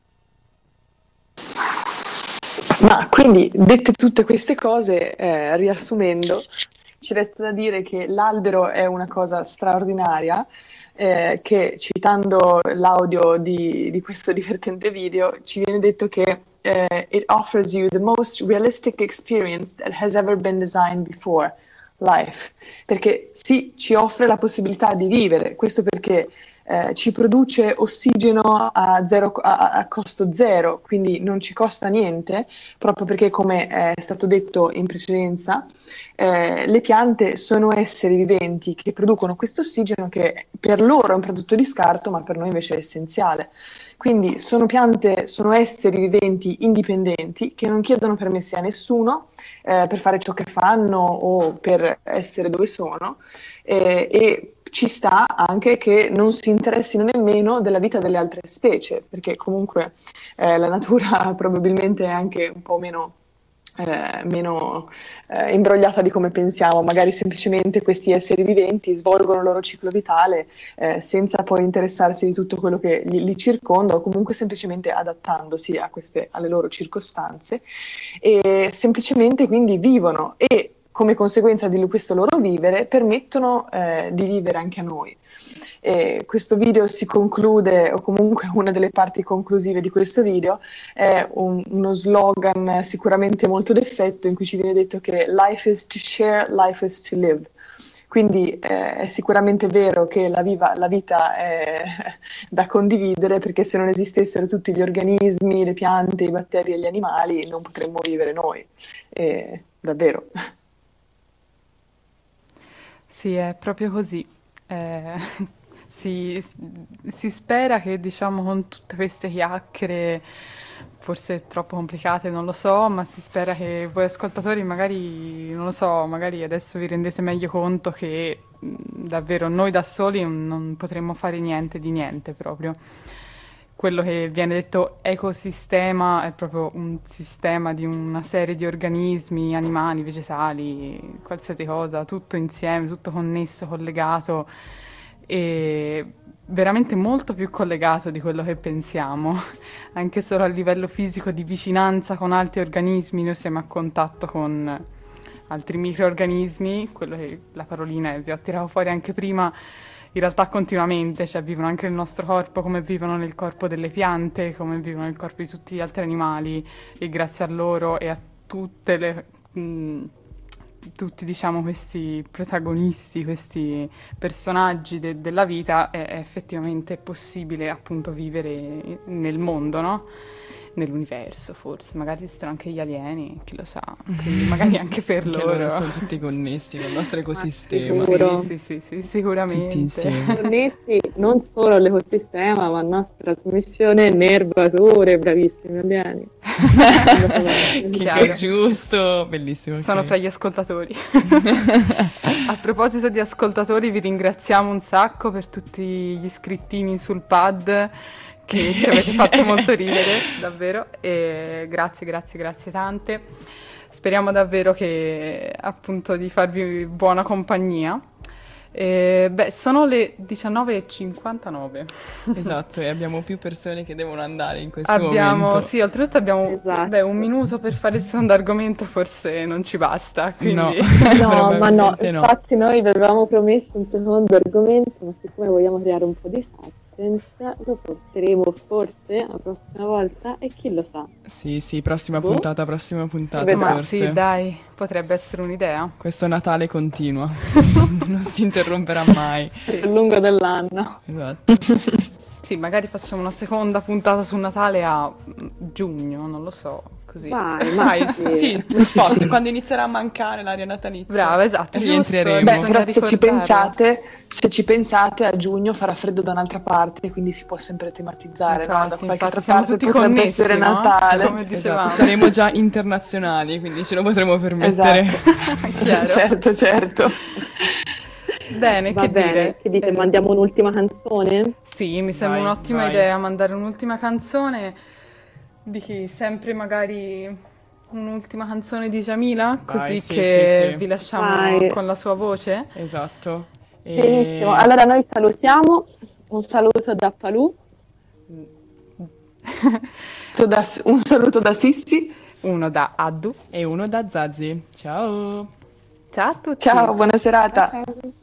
Ma quindi, dette tutte queste cose, eh, riassumendo, ci resta da dire che l'albero è una cosa straordinaria, eh, che citando l'audio di, di questo divertente video ci viene detto che Uh, it offers you the most realistic experience that has ever been designed before, life. Perché sì, ci offre la possibilità di vivere, questo perché eh, ci produce ossigeno a, zero, a, a costo zero, quindi non ci costa niente, proprio perché, come è stato detto in precedenza, eh, le piante sono esseri viventi che producono questo ossigeno che per loro è un prodotto di scarto, ma per noi invece è essenziale. Quindi sono piante, sono esseri viventi indipendenti che non chiedono permessi a nessuno eh, per fare ciò che fanno o per essere dove sono, eh, e ci sta anche che non si interessino nemmeno della vita delle altre specie, perché comunque eh, la natura probabilmente è anche un po' meno, eh, meno eh, imbrogliata di come pensiamo. Magari semplicemente questi esseri viventi svolgono il loro ciclo vitale eh, senza poi interessarsi di tutto quello che li, li circonda, o comunque semplicemente adattandosi a queste, alle loro circostanze, e semplicemente quindi vivono, e come conseguenza di questo loro vivere permettono eh, di vivere anche a noi. E questo video si conclude, o comunque una delle parti conclusive di questo video è un- uno slogan sicuramente molto d'effetto, in cui ci viene detto che life is to share, life is to live. Quindi eh, è sicuramente vero che la, viva- la vita è da condividere, perché se non esistessero tutti gli organismi, le piante, i batteri e gli animali, non potremmo vivere noi. E, davvero. Sì, è proprio così. Eh, si, si spera che, diciamo, con tutte queste chiacchiere, forse troppo complicate, non lo so, ma si spera che voi ascoltatori magari, non lo so, magari adesso vi rendete meglio conto che mh, davvero noi da soli non potremmo fare niente di niente proprio. Quello che viene detto ecosistema è proprio un sistema di una serie di organismi, animali, vegetali, qualsiasi cosa, tutto insieme, tutto connesso, collegato, e veramente molto più collegato di quello che pensiamo. Anche solo a livello fisico di vicinanza con altri organismi, noi siamo a contatto con altri microrganismi, quello che la parolina vi ho tirato fuori anche prima. In realtà continuamente, cioè vivono anche nel nostro corpo, come vivono nel corpo delle piante, come vivono nel corpo di tutti gli altri animali, e grazie a loro e a tutte le, mh, tutti, diciamo, questi protagonisti, questi personaggi de- della vita, è, è effettivamente possibile appunto vivere nel mondo, no? Nell'universo, forse, magari esistono anche gli alieni, chi lo sa, quindi magari anche per Anche loro. loro sono tutti connessi con il nostro ecosistema. sicuro. Sì, sì, sì, sì, sicuramente. Tutti insieme. Connessi non solo all'ecosistema, ma alla nostra trasmissione nervature, bravissimi alieni. Che, Chiaro. che giusto, bellissimo. Sono ok. fra gli ascoltatori. A proposito di ascoltatori, vi ringraziamo un sacco per tutti gli iscrittini sul pad, che ci avete fatto molto ridere, davvero, e grazie, grazie, grazie tante. Speriamo davvero che, appunto, di farvi buona compagnia. E, beh, sono le diciannove e cinquantanove. Esatto, e abbiamo più persone che devono andare in questo Abbiamo, momento. sì, oltretutto abbiamo Esatto. beh, un minuto per fare il secondo argomento, forse non ci basta, quindi... No. No, ma no, Probabilmente no. infatti noi vi avevamo promesso un secondo argomento, ma siccome vogliamo creare un po' di suspense, lo porteremo forse la prossima volta, e chi lo sa. Sì, sì, prossima Boh. puntata, prossima puntata Vedremo. Ma forse. sì, dai, potrebbe essere un'idea. Questo Natale continua, non si interromperà mai. È il lungo dell'anno. Esatto. Sì, magari facciamo una seconda puntata su Natale a mm, giugno, non lo so, così. Vai, ma Dai, su- sì, Sì, sì, spot, sì. quando inizierà a mancare l'aria natalizia. Brava, esatto, Rientreremo. giusto, Beh, bisogna però se ci ricordare. pensate, se ci pensate, a giugno farà freddo da un'altra parte, quindi si può sempre tematizzare, no? Da Infatti, qualche infatti, altra siamo parte tutti potrebbe connessi, essere no? Natale. Come dicevamo. Esatto, saremo già internazionali, quindi ce lo potremo permettere. Esatto. Chiaro. certo, certo. Bene, Va che bene, dire? che dite, Eh, mandiamo un'ultima canzone? Sì, mi sembra Vai, un'ottima vai. idea mandare un'ultima canzone di chi? Sempre magari un'ultima canzone di Jamila, così Vai, sì, che sì, sì. vi lasciamo Vai. con la sua voce. Esatto. E- Benissimo, allora noi salutiamo, un saluto da Palù. Da- Un saluto da Sissi. Uno da Addu. E uno da Zazi. Ciao. Ciao a tutti. Ciao, buona serata.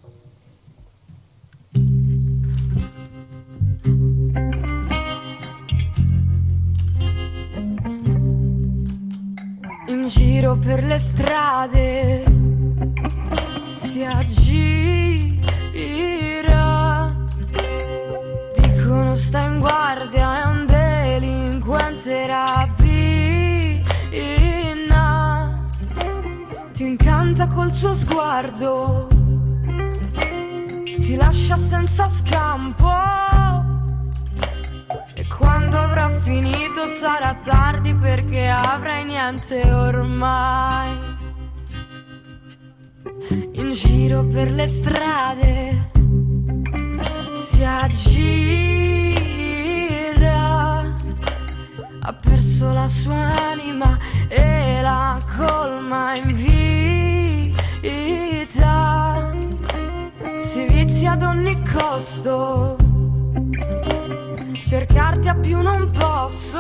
In giro per le strade si aggira, dicono sta in guardia, è un delinquente rapina, ti incanta col suo sguardo, ti lascia senza scampo. E quando avrà finito sarà tardi, perché avrai niente ormai. In giro per le strade si aggira, ha perso la sua anima e la colma in vita, si vizia ad ogni costo, cercarti a più non posso,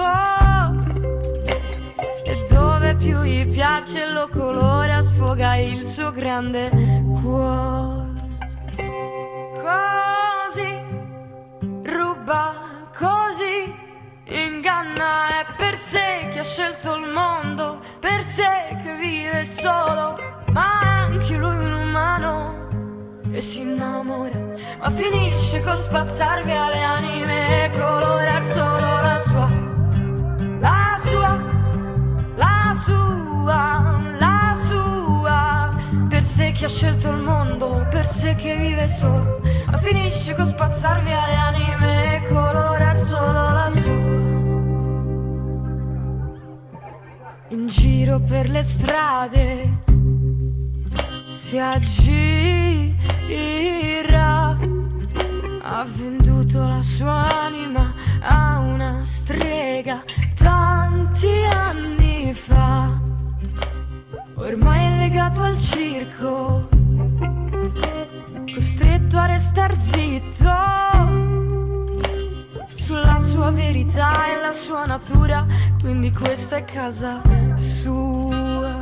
e dove più gli piace lo colora, sfoga il suo grande cuore. Così ruba, così inganna, è per sé che ha scelto il mondo, per sé che vive solo, ma anche lui un umano e si innamora, ma finisce con spazzar via le anime e colora solo la sua, la sua, la sua, la sua, per sé che ha scelto il mondo, per sé che vive solo, ma finisce con spazzar via le anime e colora solo la sua. In giro per le strade si aggira, ha venduto la sua anima a una strega tanti anni fa, ormai è legato al circo, costretto a restar zitto sulla sua verità e la sua natura, quindi questa è casa sua,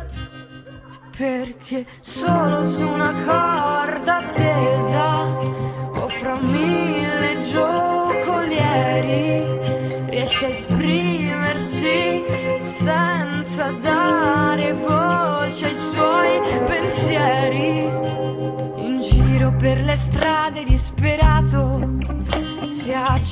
perché solo su una corda tesa o fra mille giocolieri riesce a esprimersi senza dare voce ai suoi pensieri. In giro per le strade disperato si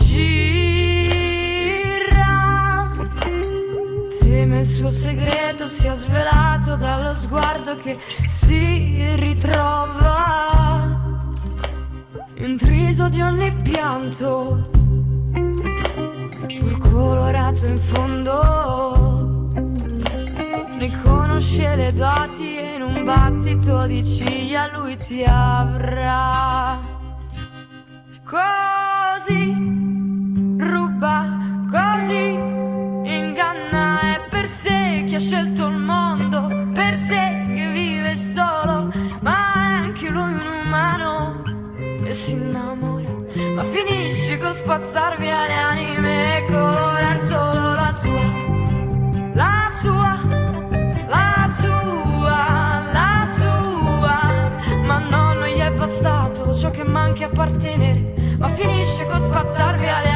aggira, teme il suo segreto sia svelato dallo sguardo che si ritrova intriso di ogni pianto, pur colorato in fondo, ne conosce le doti e in un battito di ciglia lui ti avrà. Così ruba, così inganna, è per sé che ha scelto il mondo, per sé che vive solo, ma anche lui un umano e si innamora, ma finisce con spazzar via le anime e colora solo la sua, la sua, la sua, la sua, ma no, non gli è bastato ciò che manca appartenere, ma finisce con spazzar via le